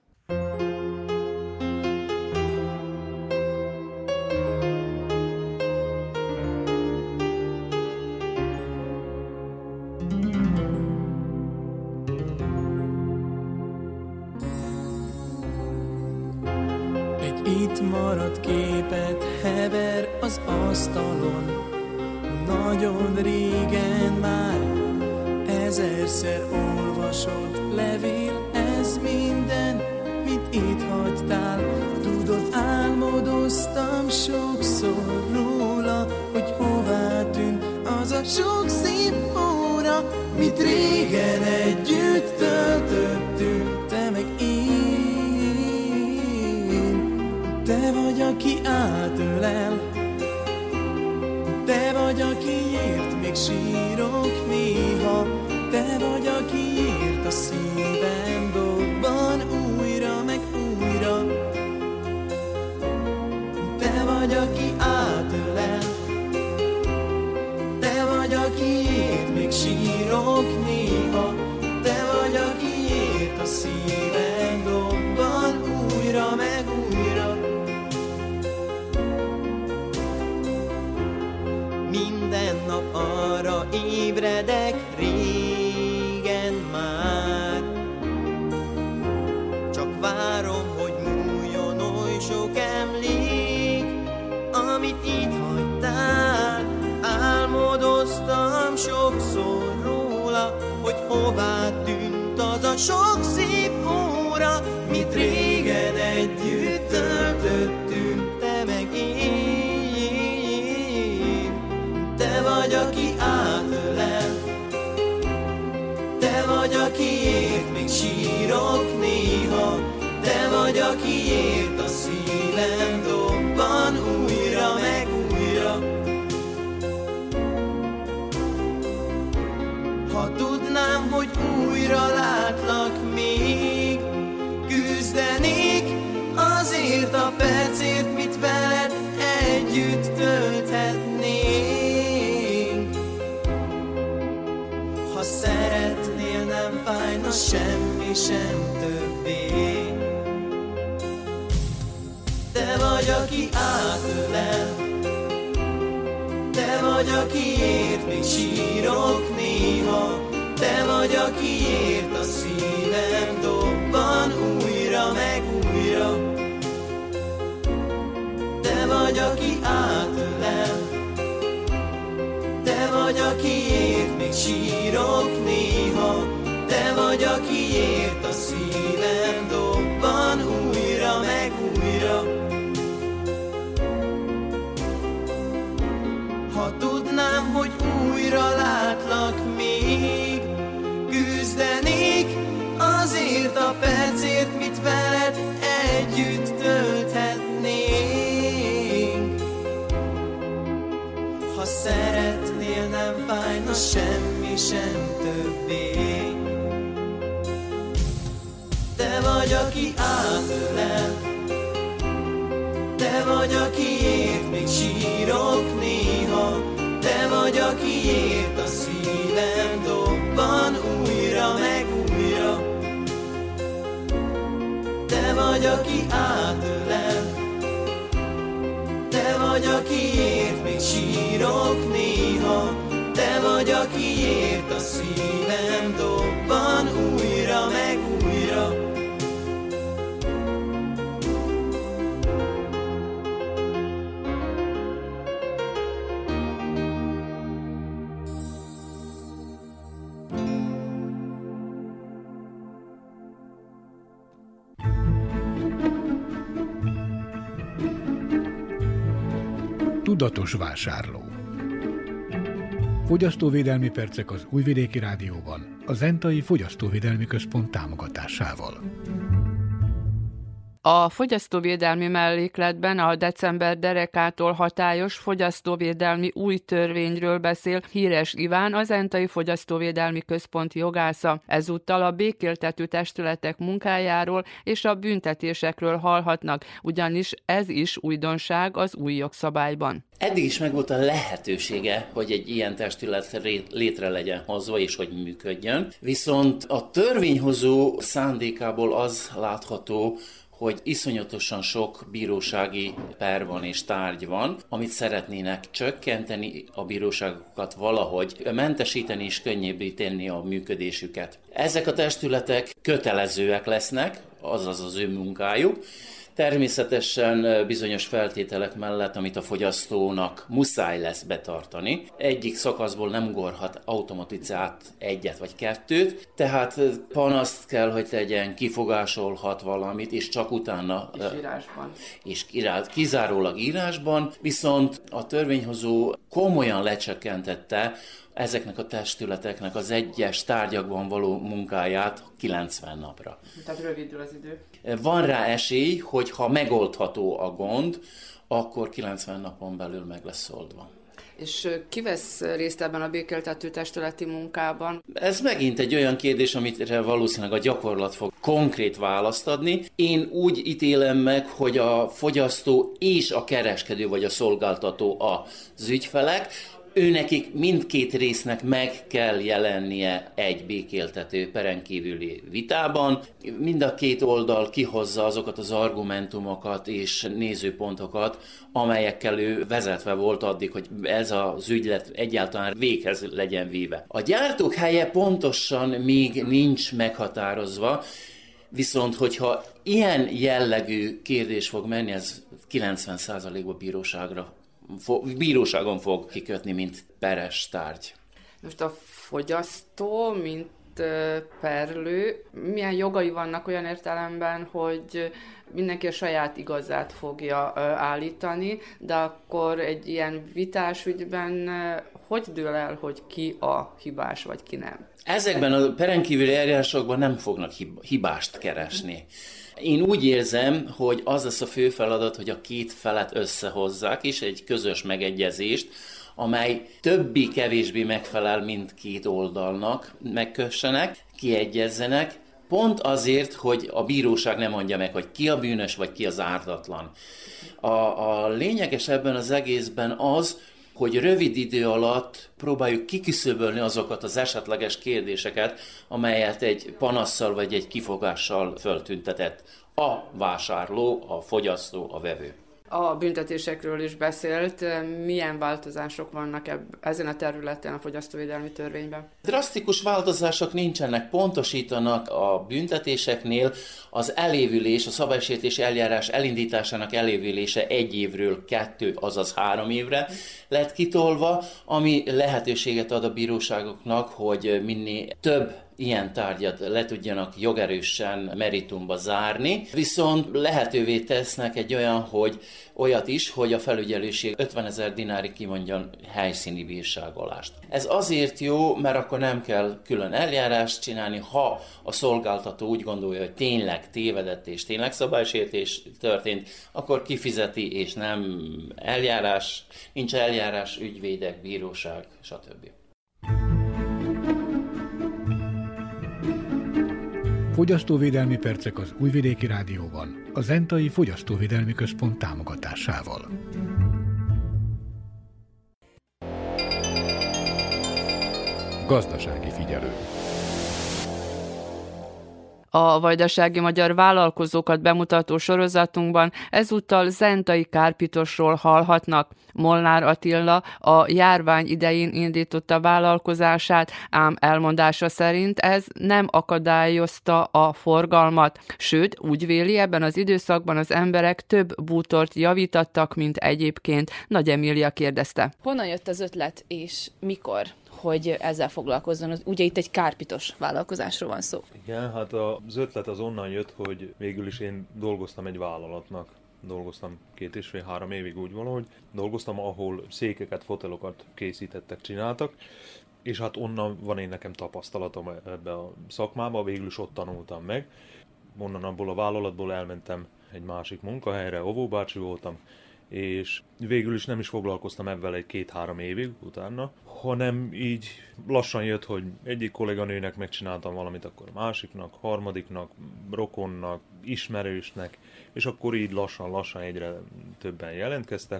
Speaker 3: Egy itt maradt képet hever az asztalon, nagyon régen már ezerszer olvasott levél, ez minden, mit itt hagytál. Tudod, álmodoztam sokszor róla, hogy hová tűnt az a sok szép óra, mit régen együtt töltöttünk, te meg én. Te vagy, aki átölel, te vagy, akiért még sírok néha, te vagy, akiért a szívem dobban újra meg újra. Te vagy, aki átölel, te vagy, akiért még sírok néha, te vagy, akiért a szívem dobban újra meg újra. Minden nap arra ébredek, régen már, csak várom, hogy múljon oly sok emlék, amit itt hagytál. Álmodoztam sokszor róla, hogy hová tűnt az a sok szép óra, mit régen együtt töltöttünk, te meg én. Te vagy, aki átölel, te vagy, akiért még sírok néha, te vagy, akiért a szívem dobban újra meg újra. Ha tudnám, hogy újra látlak még, küzdenék azért a percért, mit veled együtt tölthetnék. Ha szeretnél, nem fájna semmi sem többé. Te vagy, aki átölel, te vagy, akiért még sírok néha, te vagy, akiért a szívem dobban újra meg újra. Te vagy, aki átölel, te vagy, akiért még sírok néha, te vagy, akiért a szívem dobban újra meg újra. Ha tudnám, hogy újra látlak még, küzdenék azért a percért, mit veled együtt tölthetnénk. Ha szeretnél, nem fájna semmi sem többé. Te vagy, aki átölel, te vagy, akiért még sírok néha, te vagy, akiért a szívem dobban újra meg újra. Te vagy, aki átölel, te vagy, sírok néha, te vagy, akiért a szívem dobban újra meg újra.
Speaker 1: Tudatos vásárló. Fogyasztóvédelmi percek az Újvidéki Rádióban, a Zentai Fogyasztóvédelmi Központ támogatásával.
Speaker 2: A fogyasztóvédelmi mellékletben a december derekától hatályos fogyasztóvédelmi új törvényről beszél Híres Iván, a Zentai Fogyasztóvédelmi Központ jogásza. Ezúttal a békéltető testületek munkájáról és a büntetésekről hallhatnak, ugyanis ez is újdonság az új jogszabályban.
Speaker 4: Eddig is megvolt a lehetősége, hogy egy ilyen testület létre legyen hozva és hogy működjön. Viszont a törvényhozó szándékából az látható, hogy iszonyatosan sok bírósági per van és tárgy van, amit szeretnének csökkenteni a bíróságokat valahogy, mentesíteni és könnyebbé tenni a működésüket. Ezek a testületek kötelezőek lesznek, azaz az ő munkájuk, természetesen bizonyos feltételek mellett, amit a fogyasztónak muszáj lesz betartani. Egyik szakaszból nem ugorhat automatizát egyet vagy kettőt, tehát panaszt kell, hogy tegyen, kifogásolhat valamit, és csak utána...
Speaker 2: És írásban.
Speaker 4: És kizárólag írásban, viszont a törvényhozó komolyan lecsökkentette ezeknek a testületeknek az egyes tárgyakban való munkáját kilencven napra.
Speaker 2: Tehát rövidül az idő.
Speaker 4: Van rá esély, hogy ha megoldható a gond, akkor kilencven napon belül meg lesz oldva.
Speaker 2: És ki vesz részt ebben a békéltető testületi munkában?
Speaker 4: Ez megint egy olyan kérdés, amire valószínűleg a gyakorlat fog konkrét választ adni. Én úgy ítélem meg, hogy a fogyasztó és a kereskedő vagy a szolgáltató az ügyfelek, őnekik mindkét résznek meg kell jelennie egy békéltető peren kívüli vitában. Mind a két oldal kihozza azokat az argumentumokat és nézőpontokat, amelyekkel ő vezetve volt addig, hogy ez az ügylet egyáltalán véghez legyen víve. A gyártók helye pontosan még nincs meghatározva, viszont hogyha ilyen jellegű kérdés fog menni, ez kilencven százalékban bíróságra bíróságon fog kikötni, mint peres tárgy.
Speaker 2: Most a fogyasztó, mint perlő, milyen jogai vannak olyan értelemben, hogy mindenki a saját igazát fogja állítani, de akkor egy ilyen vitás ügyben hogy dől el, hogy ki a hibás, vagy ki nem?
Speaker 4: Ezekben a perenkívüli eljárásokban nem fognak hibást keresni. Én úgy érzem, hogy az lesz a fő feladat, hogy a két felet összehozzák, és egy közös megegyezést, amely többi-kevésbé megfelel mindkét oldalnak, megkössenek, kiegyezzenek, pont azért, hogy a bíróság nem mondja meg, hogy ki a bűnös, vagy ki az ártatlan. A, a lényeges ebben az egészben az, hogy rövid idő alatt próbáljuk kiküszöbölni azokat az esetleges kérdéseket, amelyet egy panasszal vagy egy kifogással föltüntetett a vásárló, a fogyasztó, a vevő.
Speaker 2: A büntetésekről is beszélt. Milyen változások vannak ebb, ezen a területen a fogyasztóvédelmi törvényben?
Speaker 4: Drasztikus változások nincsenek, pontosítanak a büntetéseknél. Az elévülés, a szabálysértési eljárás elindításának elévülése egy évről kettő, azaz három évre lett kitolva, ami lehetőséget ad a bíróságoknak, hogy minél több ilyen tárgyat le tudjanak jogerősen meritumba zárni, viszont lehetővé tesznek egy olyan, hogy olyat is, hogy a felügyelőség ötvenezer dinárig kimondjon helyszíni bírságolást. Ez azért jó, mert akkor nem kell külön eljárást csinálni, ha a szolgáltató úgy gondolja, hogy tényleg tévedett és tényleg szabálysértés történt, akkor kifizeti és nem eljárás, nincs eljárás, ügyvédek, bíróság, stb.
Speaker 1: Fogyasztóvédelmi percek az Újvidéki Rádióban, a Zentai Fogyasztóvédelmi Központ támogatásával. Gazdasági figyelő.
Speaker 2: A vajdasági magyar vállalkozókat bemutató sorozatunkban ezúttal zentai kárpitosról hallhatnak. Molnár Attila a járvány idején indította vállalkozását, ám elmondása szerint ez nem akadályozta a forgalmat. Sőt, úgy véli, ebben az időszakban az emberek több bútort javítattak, mint egyébként. Nagy Emília kérdezte.
Speaker 16: Honnan jött az ötlet, és mikor, hogy ezzel foglalkozzon? Ugye itt egy kárpitos vállalkozásról van szó.
Speaker 6: Igen, hát az ötlet az onnan jött, hogy végül is én dolgoztam egy vállalatnak. Dolgoztam két és fél-három évig úgy valahogy. Dolgoztam, ahol székeket, fotelokat készítettek, csináltak, és hát onnan van én nekem tapasztalatom ebbe a szakmába, végül is ott tanultam meg. Onnan abból a vállalatból elmentem egy másik munkahelyre, óvóbácsi voltam, és végül is nem is foglalkoztam ebben egy két-három évig utána, hanem így lassan jött, hogy egyik kolléganőnek megcsináltam valamit, akkor másiknak, harmadiknak, rokonnak, ismerősnek, és akkor így lassan-lassan egyre többen jelentkeztek,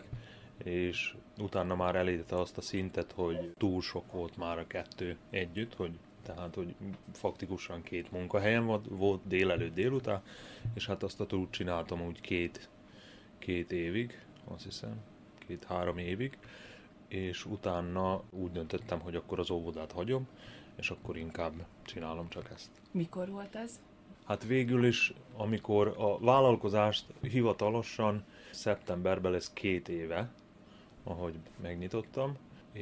Speaker 6: és utána már elérte azt a szintet, hogy túl sok volt már a kettő együtt, hogy tehát, hogy faktikusan két munkahelyen volt, volt délelőtt, délután, és hát azt a túl csináltam úgy két, két évig, azt hiszem, két-három évig, és utána úgy döntöttem, hogy akkor az óvodát hagyom, és akkor inkább csinálom csak ezt.
Speaker 16: Mikor volt ez?
Speaker 6: Hát végül is, amikor a vállalkozást hivatalosan szeptemberben lesz két éve, ahogy megnyitottam,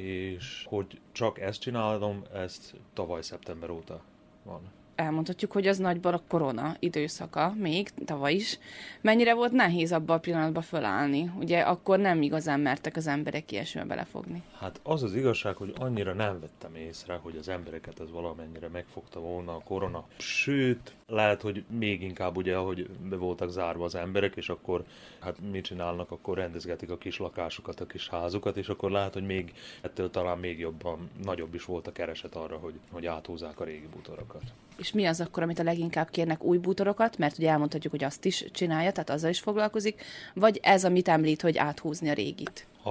Speaker 6: és hogy csak ezt csinálom, ezt tavaly szeptember óta van.
Speaker 16: Elmondhatjuk, hogy az nagyban a korona időszaka, még tavaly is. Mennyire volt nehéz abban a pillanatban fölállni? Ugye akkor nem igazán mertek az emberek ilyesmibe belefogni.
Speaker 6: Hát az az igazság, hogy annyira nem vettem észre, hogy az embereket ez valamennyire megfogta volna a korona. Sőt, lehet, hogy még inkább ugye, ahogy be voltak zárva az emberek, és akkor hát mit csinálnak, akkor rendezgetik a kis lakásukat, a kis házukat, és akkor lehet, hogy még ettől talán még jobban, nagyobb is volt a kereset arra, hogy, hogy áthúzzák a régi bútorokat.
Speaker 16: És mi az akkor, amit a leginkább kérnek, új bútorokat, mert ugye elmondhatjuk, hogy azt is csinálja, tehát azzal is foglalkozik, vagy ez, amit említ, hogy áthúzni a régit?
Speaker 6: A,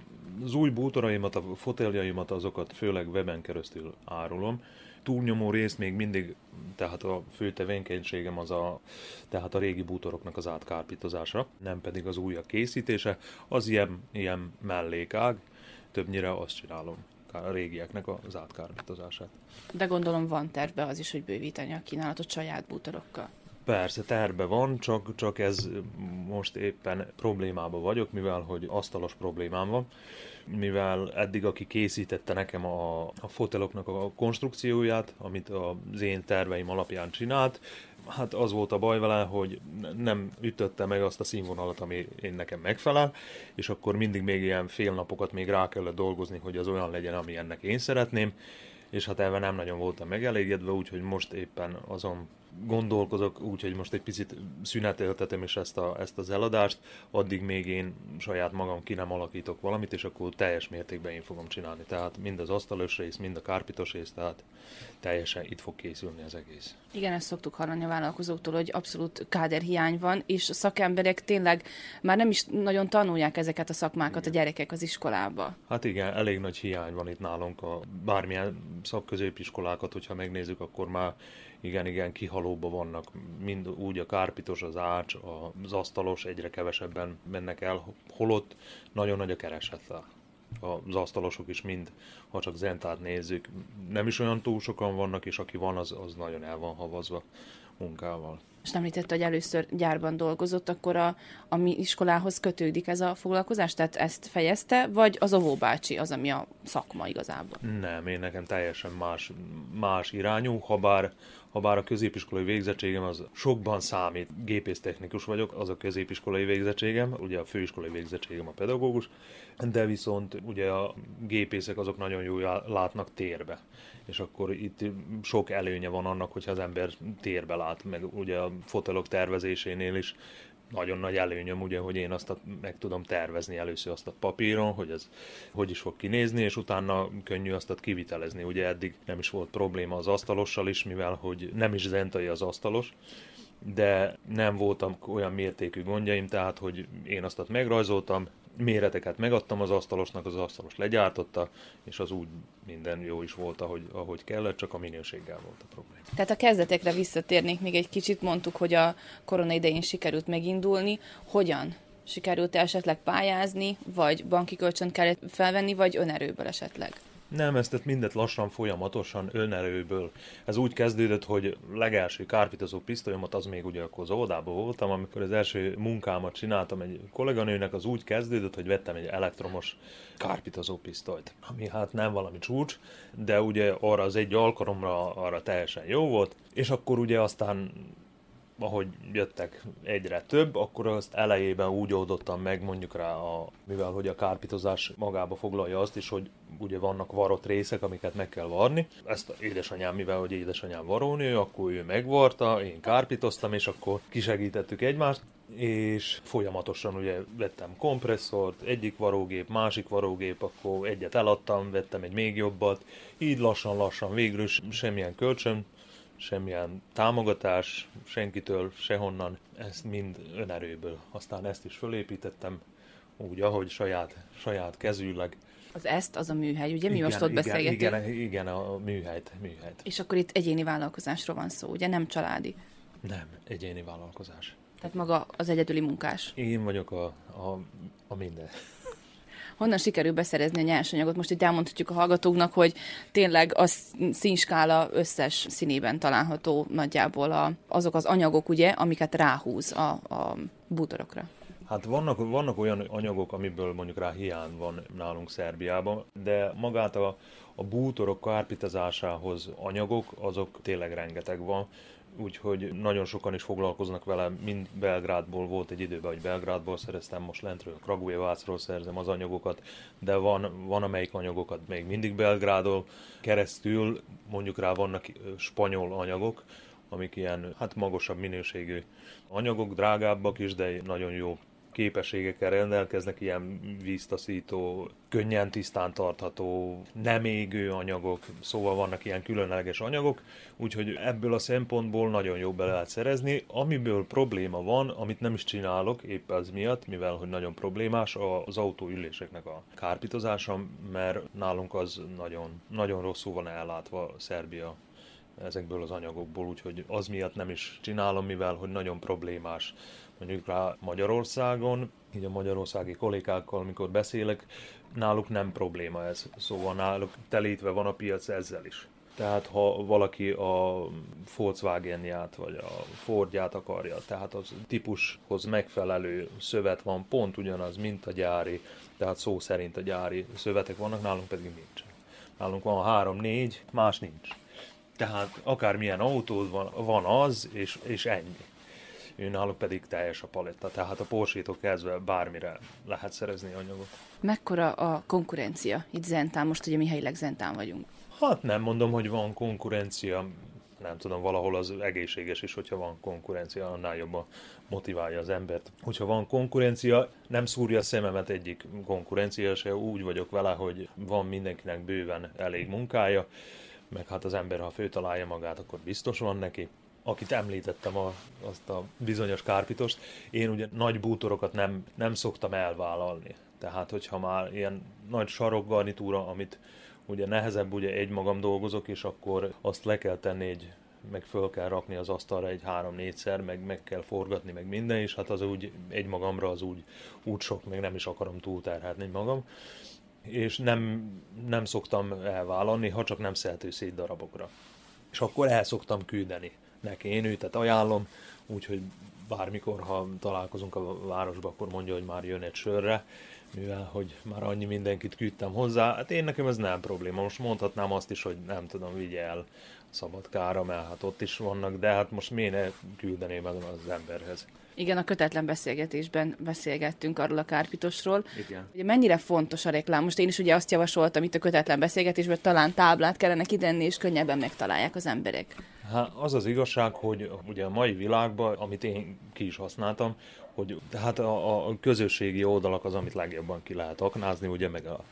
Speaker 6: az új bútoraimat, a foteljaimat, azokat főleg weben keresztül árulom. Túlnyomó részt még mindig, tehát a fő tevékenységem az a, tehát a régi bútoroknak az átkárpítozása, nem pedig az újak készítése, az ilyen, ilyen mellékág, többnyire azt csinálom, a régieknek az átkárpítozását.
Speaker 16: De gondolom van tervbe az is, hogy bővíteni a kínálatot saját bútorokkal.
Speaker 6: Persze, tervbe van, csak, csak ez most éppen problémában vagyok, mivel hogy asztalos problémám van, mivel eddig aki készítette nekem a, a foteloknak a konstrukcióját, amit az én terveim alapján csinált, hát az volt a baj vele, hogy nem ütötte meg azt a színvonalat, ami én nekem megfelel, és akkor mindig még ilyen fél napokat még rá kellett dolgozni, hogy az olyan legyen, ami ennek én szeretném, és hát ebben nem nagyon voltam megelégedve, úgyhogy most éppen azon gondolkozok, úgyhogy most egy picit szüneteltetem is ezt, a, ezt az eladást, addig még én saját magam ki nem alakítok valamit, és akkor teljes mértékben én fogom csinálni. Tehát mind az asztalos rész, mind a kárpitos rész, tehát teljesen itt fog készülni az egész.
Speaker 16: Igen, ezt szoktuk hallani a vállalkozóktól, hogy abszolút káderhiány van, és a szakemberek tényleg már nem is nagyon tanulják ezeket a szakmákat igen. A gyerekek az iskolába.
Speaker 6: Hát igen, elég nagy hiány van itt nálunk, a bármilyen szakközépiskolákat, hogyha megnézzük, akkor már igen, igen, kihalóba vannak, mind úgy a kárpitos, az ács, az asztalos, egyre kevesebben mennek el, holott nagyon nagy a kereset. Az asztalosok is mind, ha csak zentát nézzük, nem is olyan túl sokan vannak, és aki van, az, az nagyon el van havazva munkával.
Speaker 16: És említette, hogy először gyárban dolgozott, akkor a, a mi iskolához kötődik ez a foglalkozás? Tehát ezt fejezte, vagy az óvóbácsi az, ami a szakma igazából?
Speaker 6: Nem, én nekem teljesen más, más irányú, ha bár, ha bár a középiskolai végzettségem az sokban számít. Gépésztechnikus vagyok, az a középiskolai végzettségem, ugye a főiskolai végzettségem a pedagógus, de viszont ugye a gépészek azok nagyon jól látnak térbe. És akkor itt sok előnye van annak, hogyha az ember térbe lát, meg ugye a fotelok tervezésénél is nagyon nagy előnyöm, ugye, hogy én azt a, meg tudom tervezni először azt a papíron, hogy ez hogy is fog kinézni, és utána könnyű azt kivitelezni. Ugye eddig nem is volt probléma az asztalossal is, mivel hogy nem is zentai az asztalos, de nem voltam olyan mértékű gondjaim, tehát hogy én azt megrajzoltam, méreteket megadtam az asztalosnak, az asztalos legyártotta, és az úgy minden jó is volt, ahogy, ahogy kellett, csak a minőséggel volt a probléma.
Speaker 16: Tehát a kezdetekre visszatérnék még egy kicsit, mondtuk, hogy a korona idején sikerült megindulni. Hogyan? Sikerült esetleg pályázni, vagy banki kölcsönt kellett felvenni, vagy önerőből esetleg?
Speaker 6: Nem, ezt tehát mindet lassan, folyamatosan, önerőből. Ez úgy kezdődött, hogy legelső kárpitozó pisztolyomat, az még ugye akkor az óvodában voltam, amikor az első munkámat csináltam egy kolléganőnek, az úgy kezdődött, hogy vettem egy elektromos kárpitozó pisztolyt, ami hát nem valami csúcs, de ugye arra az egy alkalomra arra teljesen jó volt, és akkor ugye aztán ahogy jöttek egyre több, akkor azt elejében úgy oldottam meg mondjuk rá, a, mivel hogy a kárpitozás magába foglalja azt is, hogy ugye vannak varott részek, amiket meg kell varni. Ezt édesanyám, mivel hogy édesanyám varónő, akkor ő megvarta, én kárpitoztam, és akkor kisegítettük egymást, és folyamatosan ugye vettem kompresszort, egyik varógép, másik varógép, akkor egyet eladtam, vettem egy még jobbat, így lassan-lassan végül semmilyen kölcsön, semmilyen támogatás, senkitől, sehonnan, ezt mind önerőből. Aztán ezt is fölépítettem, úgy, ahogy saját, saját kezűleg.
Speaker 16: Az ezt, az a műhely, ugye? Mi
Speaker 6: Igen,
Speaker 16: most ott
Speaker 6: igen,
Speaker 16: beszélgetünk?
Speaker 6: Igen, igen, a műhelyt, műhelyt.
Speaker 16: És akkor itt egyéni vállalkozásról van szó, ugye? Nem családi?
Speaker 6: Nem, egyéni vállalkozás.
Speaker 16: Tehát maga az egyedüli munkás?
Speaker 6: Én vagyok a, a, a minden.
Speaker 16: Honnan sikerül beszerezni a nyersanyagot? Most itt elmondhatjuk a hallgatóknak, hogy tényleg a színskála összes színében található nagyjából a, azok az anyagok, ugye, amiket ráhúz a, a bútorokra.
Speaker 6: Hát vannak, vannak olyan anyagok, amiből mondjuk rá hiány van nálunk Szerbiában, de magát a, a bútorok kárpitozásához anyagok, azok tényleg rengeteg van. Úgyhogy nagyon sokan is foglalkoznak vele, mind Belgrádból volt egy időben, hogy Belgrádból szereztem, most lentről, Kragujevácról szerzem az anyagokat, de van, van amelyik anyagokat még mindig Belgrádon keresztül, mondjuk rá vannak spanyol anyagok, amik ilyen hát magasabb minőségű anyagok, drágábbak is, de nagyon jó képességekkel rendelkeznek, ilyen víztaszító, könnyen tisztán tartható, nem égő anyagok, szóval vannak ilyen különleges anyagok, úgyhogy ebből a szempontból nagyon jó be lehet szerezni. Amiből probléma van, amit nem is csinálok épp ez miatt, mivel hogy nagyon problémás, az autóüléseknek a kárpitozása, mert nálunk az nagyon, nagyon rosszul van ellátva Szerbia ezekből az anyagokból, úgyhogy az miatt nem is csinálom, mivel hogy nagyon problémás. Mondjuk rá Magyarországon, így a magyarországi kollégákkal, amikor beszélek, náluk nem probléma ez. Szóval náluk telítve van a piac ezzel is. Tehát ha valaki a Volkswagenját vagy a Fordját akarja, tehát az típushoz megfelelő szövet van, pont ugyanaz, mint a gyári, tehát szó szerint a gyári szövetek vannak, nálunk pedig nincs. Nálunk van három-négy, más nincs. Tehát akármilyen autód van, van az, és, és ennyi. Ő náluk pedig teljes a paletta, tehát a Porsche-tól kezdve bármire lehet szerezni anyagot.
Speaker 16: Mekkora a konkurencia itt Zentán, most ugye mi helyileg Zentán vagyunk?
Speaker 6: Hát nem mondom, hogy van konkurencia, nem tudom, valahol az egészséges is, hogyha van konkurencia, annál jobban motiválja az embert. Hogyha van konkurencia, nem szúrja a szememet egyik konkurencia, se úgy vagyok vele, hogy van mindenkinek bőven elég munkája, meg hát az ember, ha főtalálja magát, akkor biztos van neki. Akit említettem, a, azt a bizonyos kárpitost, én ugye nagy bútorokat nem, nem szoktam elvállalni. Tehát, hogyha már ilyen nagy sarokgarnitúra, amit ugye nehezebb, ugye egymagam dolgozok, és akkor azt le kell tenni, egy, meg föl kell rakni az asztalra egy három-négyszer, meg meg kell forgatni, meg minden, és hát az úgy egymagamra az úgy, úgy sok, meg nem is akarom túlterhelni magam. És nem, nem szoktam elvállalni, ha csak nem szeltő szét darabokra. És akkor el szoktam küldeni neki. Én őtet ajánlom, úgyhogy bármikor, ha találkozunk a városba, akkor mondja, hogy már jön egy sörre, mivel hogy már annyi mindenkit küldtem hozzá. Hát én nekem ez nem probléma. Most mondhatnám azt is, hogy nem tudom, vigye el Szabadkára, mert hát ott is vannak, de hát most miért ne küldeném az emberhez.
Speaker 16: Igen, a kötetlen beszélgetésben beszélgettünk arról a kárpitosról.
Speaker 6: Igen.
Speaker 16: Ugye mennyire fontos a reklám? Most én is ugye azt javasoltam itt a kötetlen beszélgetésben, talán táblát kellene kidenni, és könnyebben megtalálják az emberek.
Speaker 6: Hát az az igazság, hogy ugye a mai világban, amit én ki is használtam, hogy tehát a, a közösségi oldalak az, amit legjobban ki lehet aknázni, ugye meg a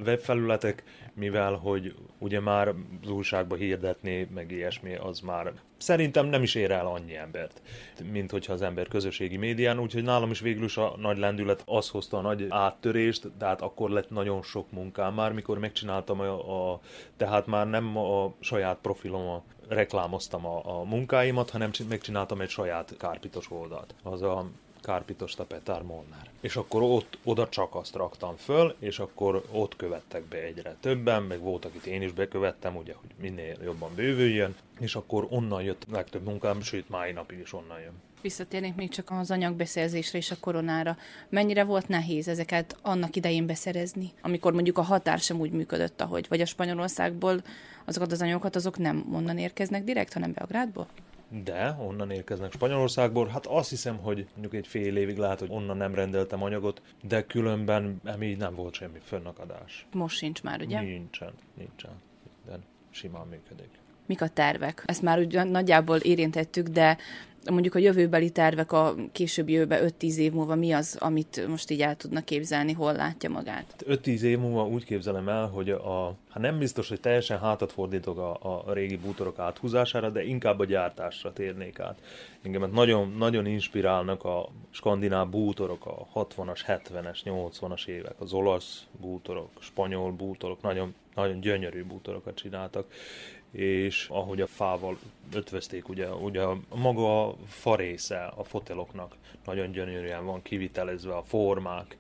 Speaker 6: webfelületek, mivel hogy ugye már az újságba hirdetni, meg ilyesmi, az már szerintem nem is ér el annyi embert, mint hogyha az ember közösségi médián, úgyhogy nálam is végül is a nagy lendület az hozta a nagy áttörést, tehát akkor lett nagyon sok munkám már, mikor megcsináltam a, a tehát már nem a saját profilom, reklámoztam a, a munkáimat, hanem megcsináltam egy saját kárpitos oldalt. Az a Kárpitos Tapetár Molnár. És akkor ott, oda csak azt raktam föl, és akkor ott követtek be egyre többen, meg volt, akit én is bekövettem, ugye, hogy minél jobban bővüljön, és akkor onnan jött legtöbb munkám, sőt, mai napig is onnan jön.
Speaker 16: Visszatérnék még csak az anyagbeszerzésre és a koronára. Mennyire volt nehéz ezeket annak idején beszerezni, amikor mondjuk a határ sem úgy működött, ahogy, vagy a Spanyolországból azokat az anyagokat, azok nem onnan érkeznek direkt, hanem Beográdból?
Speaker 6: De, onnan érkeznek Spanyolországból. Hát azt hiszem, hogy mondjuk egy fél évig lehet, hogy onnan nem rendeltem anyagot, de különben így nem volt semmi fönnakadás.
Speaker 16: Most sincs már, ugye?
Speaker 6: Nincsen, nincsen. De simán működik.
Speaker 16: Mik a tervek? Ezt már ugyan nagyjából érintettük, de mondjuk a jövőbeli tervek a későbbi jövőben öt-tíz év múlva mi az, amit most így el tudnak képzelni, hol látja magát?
Speaker 6: öt-tíz év múlva úgy képzelem el, hogy a, hát nem biztos, hogy teljesen hátat fordítok a, a régi bútorok áthúzására, de inkább a gyártásra térnék át. Engemet nagyon, nagyon inspirálnak a skandináv bútorok, a hatvanas, hetvenes, nyolcvanas évek, az olasz bútorok, spanyol bútorok, nagyon, nagyon gyönyörű bútorokat csináltak, és ahogy a fával ötvözték, ugye, ugye maga a fa része a foteloknak nagyon gyönyörűen van kivitelezve, a formák,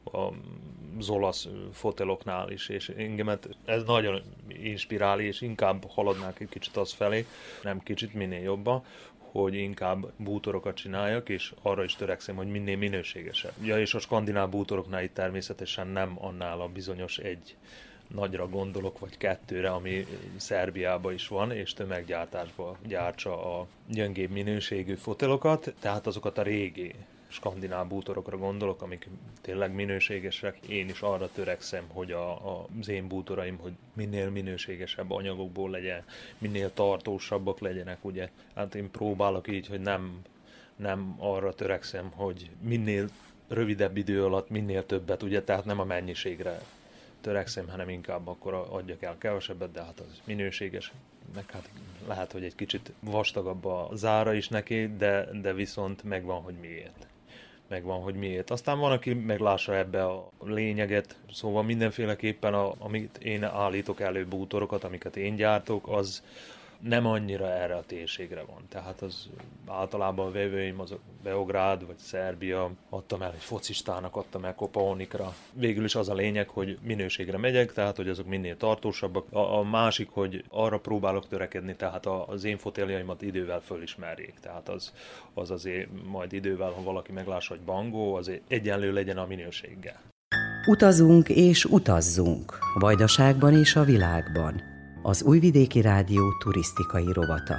Speaker 6: az olasz foteloknál is, és engemet ez nagyon inspirál, és inkább haladnák egy kicsit az felé, nem kicsit, minél jobban, hogy inkább bútorokat csináljak, és arra is törekszem, hogy minél minőségesebb. Ja, és a skandináv bútoroknál itt természetesen nem annál a bizonyos egy nagyra gondolok, vagy kettőre, ami Szerbiában is van, és tömeggyártásban gyártsa a gyöngébb minőségű fotelokat, tehát azokat a régi skandináv bútorokra gondolok, amik tényleg minőségesek. Én is arra törekszem, hogy a, a, az én bútoraim, hogy minél minőségesebb anyagokból legyen, minél tartósabbak legyenek, ugye. Hát én próbálok így, hogy nem, nem arra törekszem, hogy minél rövidebb idő alatt minél többet, ugye, tehát nem a mennyiségre törekszem, hanem inkább akkor adjak el kevesebbet, de hát az minőséges. Meg hát lehet, hogy egy kicsit vastagabb a zára is neki, de, de viszont megvan, hogy miért. Megvan, hogy miért. Aztán van, aki meglássa ebbe a lényeget, szóval mindenféleképpen, a, amit én állítok elő bútorokat, amiket én gyártok, az nem annyira erre a térségre van. Tehát az általában a vevőim, az Beográd vagy Szerbia, adtam el egy focistának, adtam el Kopaonikra. Végül is az a lényeg, hogy minőségre megyek, tehát hogy azok minél tartósabbak. A, a másik, hogy arra próbálok törekedni, tehát az én foteljaimat idővel fölismerjék. Tehát az, az azért majd idővel, ha valaki meglássa, hogy bangó, azért egyenlő legyen a minőséggel.
Speaker 7: Utazunk és utazzunk, Vajdaságban és a világban. Az Újvidéki Rádió turisztikai rovata.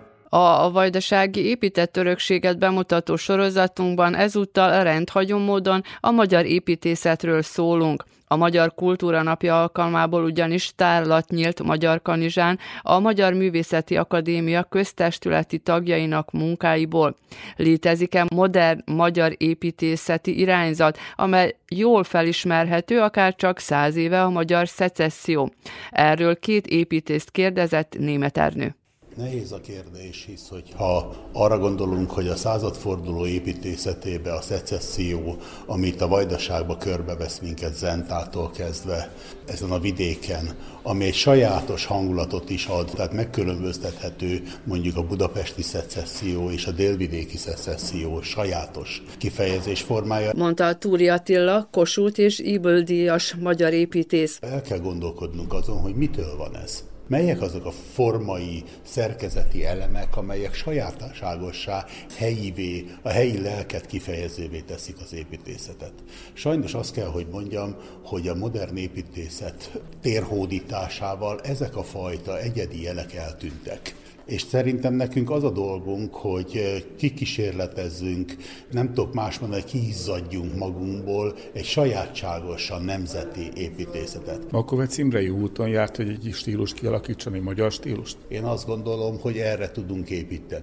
Speaker 2: A vajdasági épített örökséget bemutató sorozatunkban ezúttal rendhagyó módon a magyar építészetről szólunk. A Magyar Kultúra Napja alkalmából ugyanis tárlat nyílt Magyarkanizsán a Magyar Művészeti Akadémia köztestületi tagjainak munkáiból. Létezik-e modern magyar építészeti irányzat, amely jól felismerhető, akár csak száz éve a magyar szecesszió? Erről két építészt kérdezett Németh Ernő.
Speaker 22: Nehéz a kérdés, hisz, hogyha arra gondolunk, hogy a századforduló építészetébe a szecesszió, amit a Vajdaságba körbevesz minket Zentától kezdve ezen a vidéken, ami egy sajátos hangulatot is ad, tehát megkülönböztethető mondjuk a budapesti szecesszió és a délvidéki szecesszió sajátos kifejezés formája.
Speaker 2: Mondta a Túri Attila, Kossuth és Ybl-díjas magyar építész.
Speaker 22: El kell gondolkodnunk azon, hogy mitől van ez. Melyek azok a formai, szerkezeti elemek, amelyek sajátságossá, helyivé, a helyi lelket kifejezővé teszik az építészetet. Sajnos azt kell, hogy mondjam, hogy a modern építészet térhódításával ezek a fajta egyedi jelek eltűntek. És szerintem nekünk az a dolgunk, hogy kikísérletezzünk, nem tudok más mondani, hogy kiizzadjunk magunkból egy sajátságosan nemzeti építészetet.
Speaker 23: Makovec Imrei úton járt, hogy egy stílus kialakítson, egy magyar stílust?
Speaker 22: Én azt gondolom, hogy erre tudunk építeni.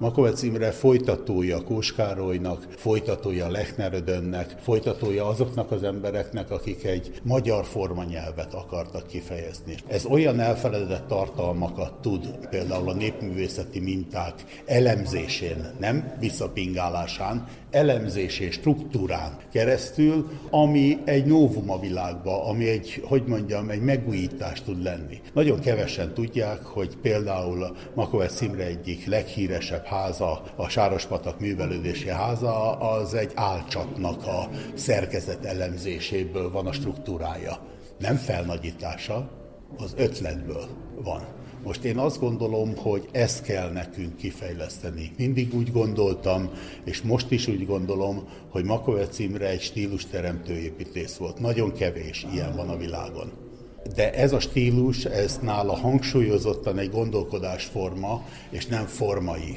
Speaker 22: Makovecz Imre folytatója Kós Károlynak, folytatója Lechner Ödönnek, folytatója azoknak az embereknek, akik egy magyar formanyelvet akartak kifejezni. Ez olyan elfeledett tartalmakat tud, például a népművészeti minták elemzésén, nem visszapingálásán, elemzésén, struktúrán keresztül, ami egy novum a világban, ami egy, hogy mondjam, egy megújítás tud lenni. Nagyon kevesen tudják, hogy például Makovecz Imre egyik leghíresebb háza, a Sárospatak művelődési háza, az egy álcsatnak a szerkezet elemzéséből van a struktúrája. Nem felnagyítása, az ötletből van. Most én azt gondolom, hogy ezt kell nekünk kifejleszteni. Mindig úgy gondoltam, és most is úgy gondolom, hogy Makovecz Imre egy stílusteremtő építész volt. Nagyon kevés ilyen van a világon. De ez a stílus, ez nála hangsúlyozottan egy gondolkodásforma, és nem formai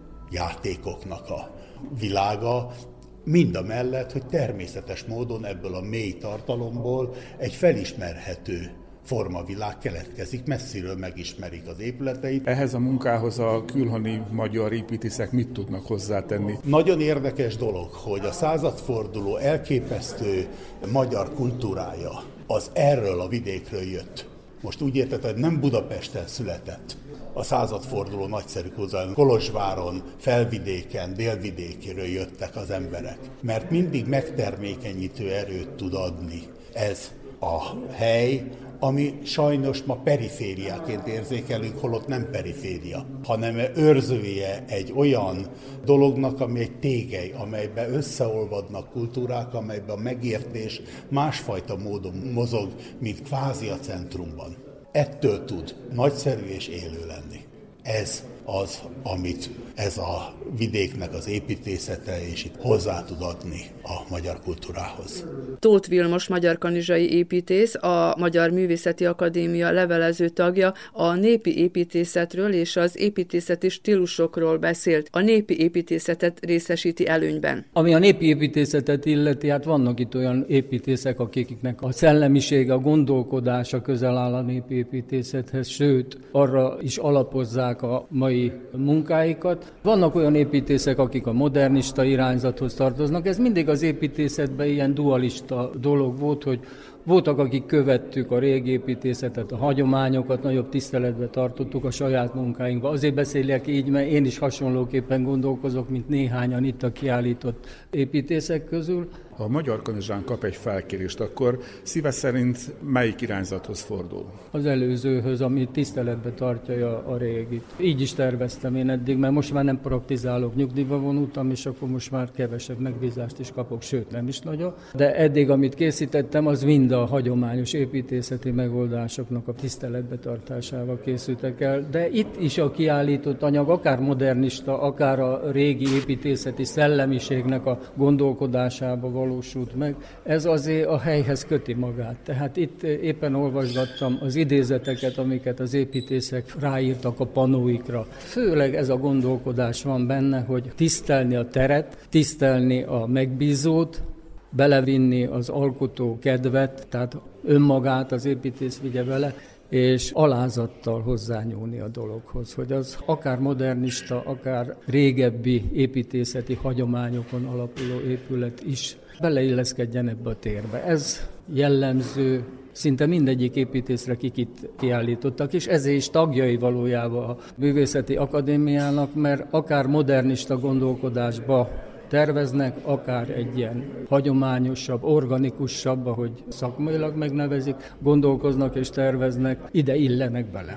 Speaker 22: játékoknak a világa, mind a mellett, hogy természetes módon ebből a mély tartalomból egy felismerhető formavilág keletkezik, messziről megismerik az épületeit.
Speaker 1: Ehhez a munkához a külhoni magyar építészek mit tudnak hozzátenni?
Speaker 22: Nagyon érdekes dolog, hogy a századforduló elképesztő magyar kultúrája az erről a vidékről jött. Most úgy érted, hogy nem Budapesten született a századforduló nagyszerű kultúrája. Kolozsváron, Felvidéken, Délvidékéről jöttek az emberek, mert mindig megtermékenyítő erőt tud adni ez a hely, ami sajnos ma perifériáként érzékelünk, holott nem periféria, hanem őrzője egy olyan dolognak, ami egy tégely, amelyben összeolvadnak kultúrák, amelyben a megértés másfajta módon mozog, mint kvázi a centrumban. Ettől tud nagyszerű és élő lenni. Ez az, amit ez a vidéknek az építészete és itt hozzá tud adni a magyar kultúrához.
Speaker 2: Tóth Vilmos magyar-kanizsai építész, a Magyar Művészeti Akadémia levelező tagja a népi építészetről és az építészeti stílusokról beszélt. A népi építészetet részesíti előnyben.
Speaker 5: Ami a népi építészetet illeti, hát vannak itt olyan építészek, akiknek a szellemisége, a gondolkodása közel áll a népi építészethez, sőt, arra is alapozzák a mai munkáikat. Vannak olyan építészek, akik a modernista irányzathoz tartoznak. Ez mindig az építészetben ilyen dualista dolog volt, hogy voltak, akik követtük a régi építészetet, a hagyományokat, nagyobb tiszteletbe tartottuk a saját munkáinkba. Azért beszélek így, mert én is hasonlóképpen gondolkozok, mint néhányan itt a kiállított építészek közül.
Speaker 1: Ha a Magyar Kanizsán kap egy felkérést, akkor szíve szerint melyik irányzathoz fordul?
Speaker 5: Az előzőhöz, ami tiszteletbe tartja a régit. Így is terveztem én eddig, mert most már nem praktizálok, nyugdíjba vonultam, és akkor most már kevesebb megbízást is kapok, sőt nem is nagyon. De eddig, amit készítettem, az mind a hagyományos építészeti megoldásoknak a tiszteletbe tartásával készültek el. De itt is a kiállított anyag, akár modernista, akár a régi építészeti szellemiségnek a gondolkodásába valósult meg, ez azért a helyhez köti magát. Tehát itt éppen olvasgattam az idézeteket, amiket az építészek ráírtak a panóikra. Főleg ez a gondolkodás van benne, hogy tisztelni a teret, tisztelni a megbízót, belevinni az alkotó kedvet, tehát önmagát az építész vigye vele, és alázattal hozzányúlni a dologhoz, hogy az akár modernista, akár régebbi építészeti hagyományokon alapuló épület is beleilleszkedjen ebbe a térbe. Ez jellemző szinte mindegyik építészre, akik itt kiállítottak, és ezért is tagjai valójában a Művészeti Akadémiának, mert akár modernista gondolkodásba terveznek, akár egy ilyen hagyományosabb, organikusabb, ahogy szakmailag megnevezik, gondolkoznak és terveznek, ide illenek bele.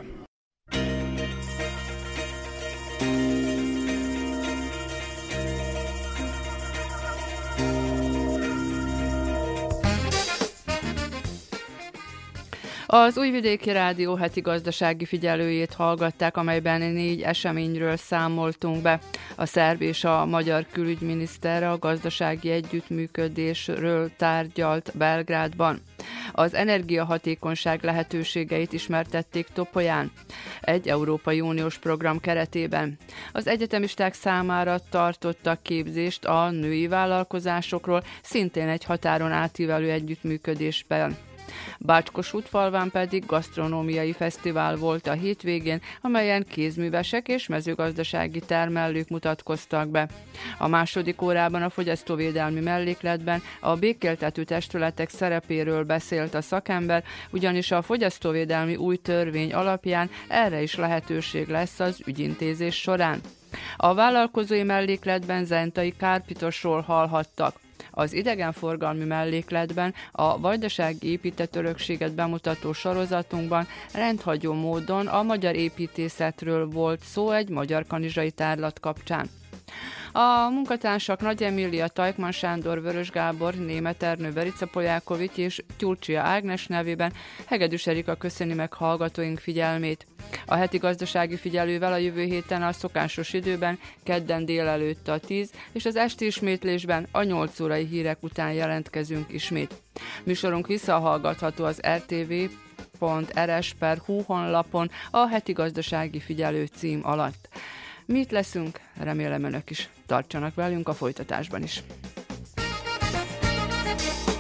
Speaker 2: Az Újvidéki Rádió heti gazdasági figyelőjét hallgatták, amelyben négy eseményről számoltunk be. A szerb és a magyar külügyminiszter a gazdasági együttműködésről tárgyalt Belgrádban. Az energiahatékonyság lehetőségeit ismertették Topolyán, egy Európai Uniós program keretében. Az egyetemisták számára tartottak képzést a női vállalkozásokról, szintén egy határon átívelő együttműködésben. Bácskos-Útfalván pedig gasztronómiai fesztivál volt a hétvégén, amelyen kézművesek és mezőgazdasági termelők mutatkoztak be. A második órában a fogyasztóvédelmi mellékletben a békéltető testületek szerepéről beszélt a szakember, ugyanis a fogyasztóvédelmi új törvény alapján erre is lehetőség lesz az ügyintézés során. A vállalkozói mellékletben Zentai Kárpitosról hallhattak. Az idegenforgalmi mellékletben a vajdasági épített örökséget bemutató sorozatunkban rendhagyó módon a magyar építészetről volt szó egy magyar kanizsai tárlat kapcsán. A munkatársak Nagy Emília, Tajkman Sándor, Vörös Gábor, Németh Ernő, Verica Polyákovics és Tyurcsia Ágnes nevében Hegedűs Erika köszöni meg hallgatóink figyelmét. A heti gazdasági figyelővel a jövő héten a szokásos időben, kedden délelőtt a tíz, és az esti ismétlésben a nyolc órai hírek után jelentkezünk ismét. Műsorunk visszahallgatható az er té vé pont er es pont hú honlapon a heti gazdasági figyelő cím alatt. Mi itt leszünk, remélem önök is tartsanak velünk a folytatásban is.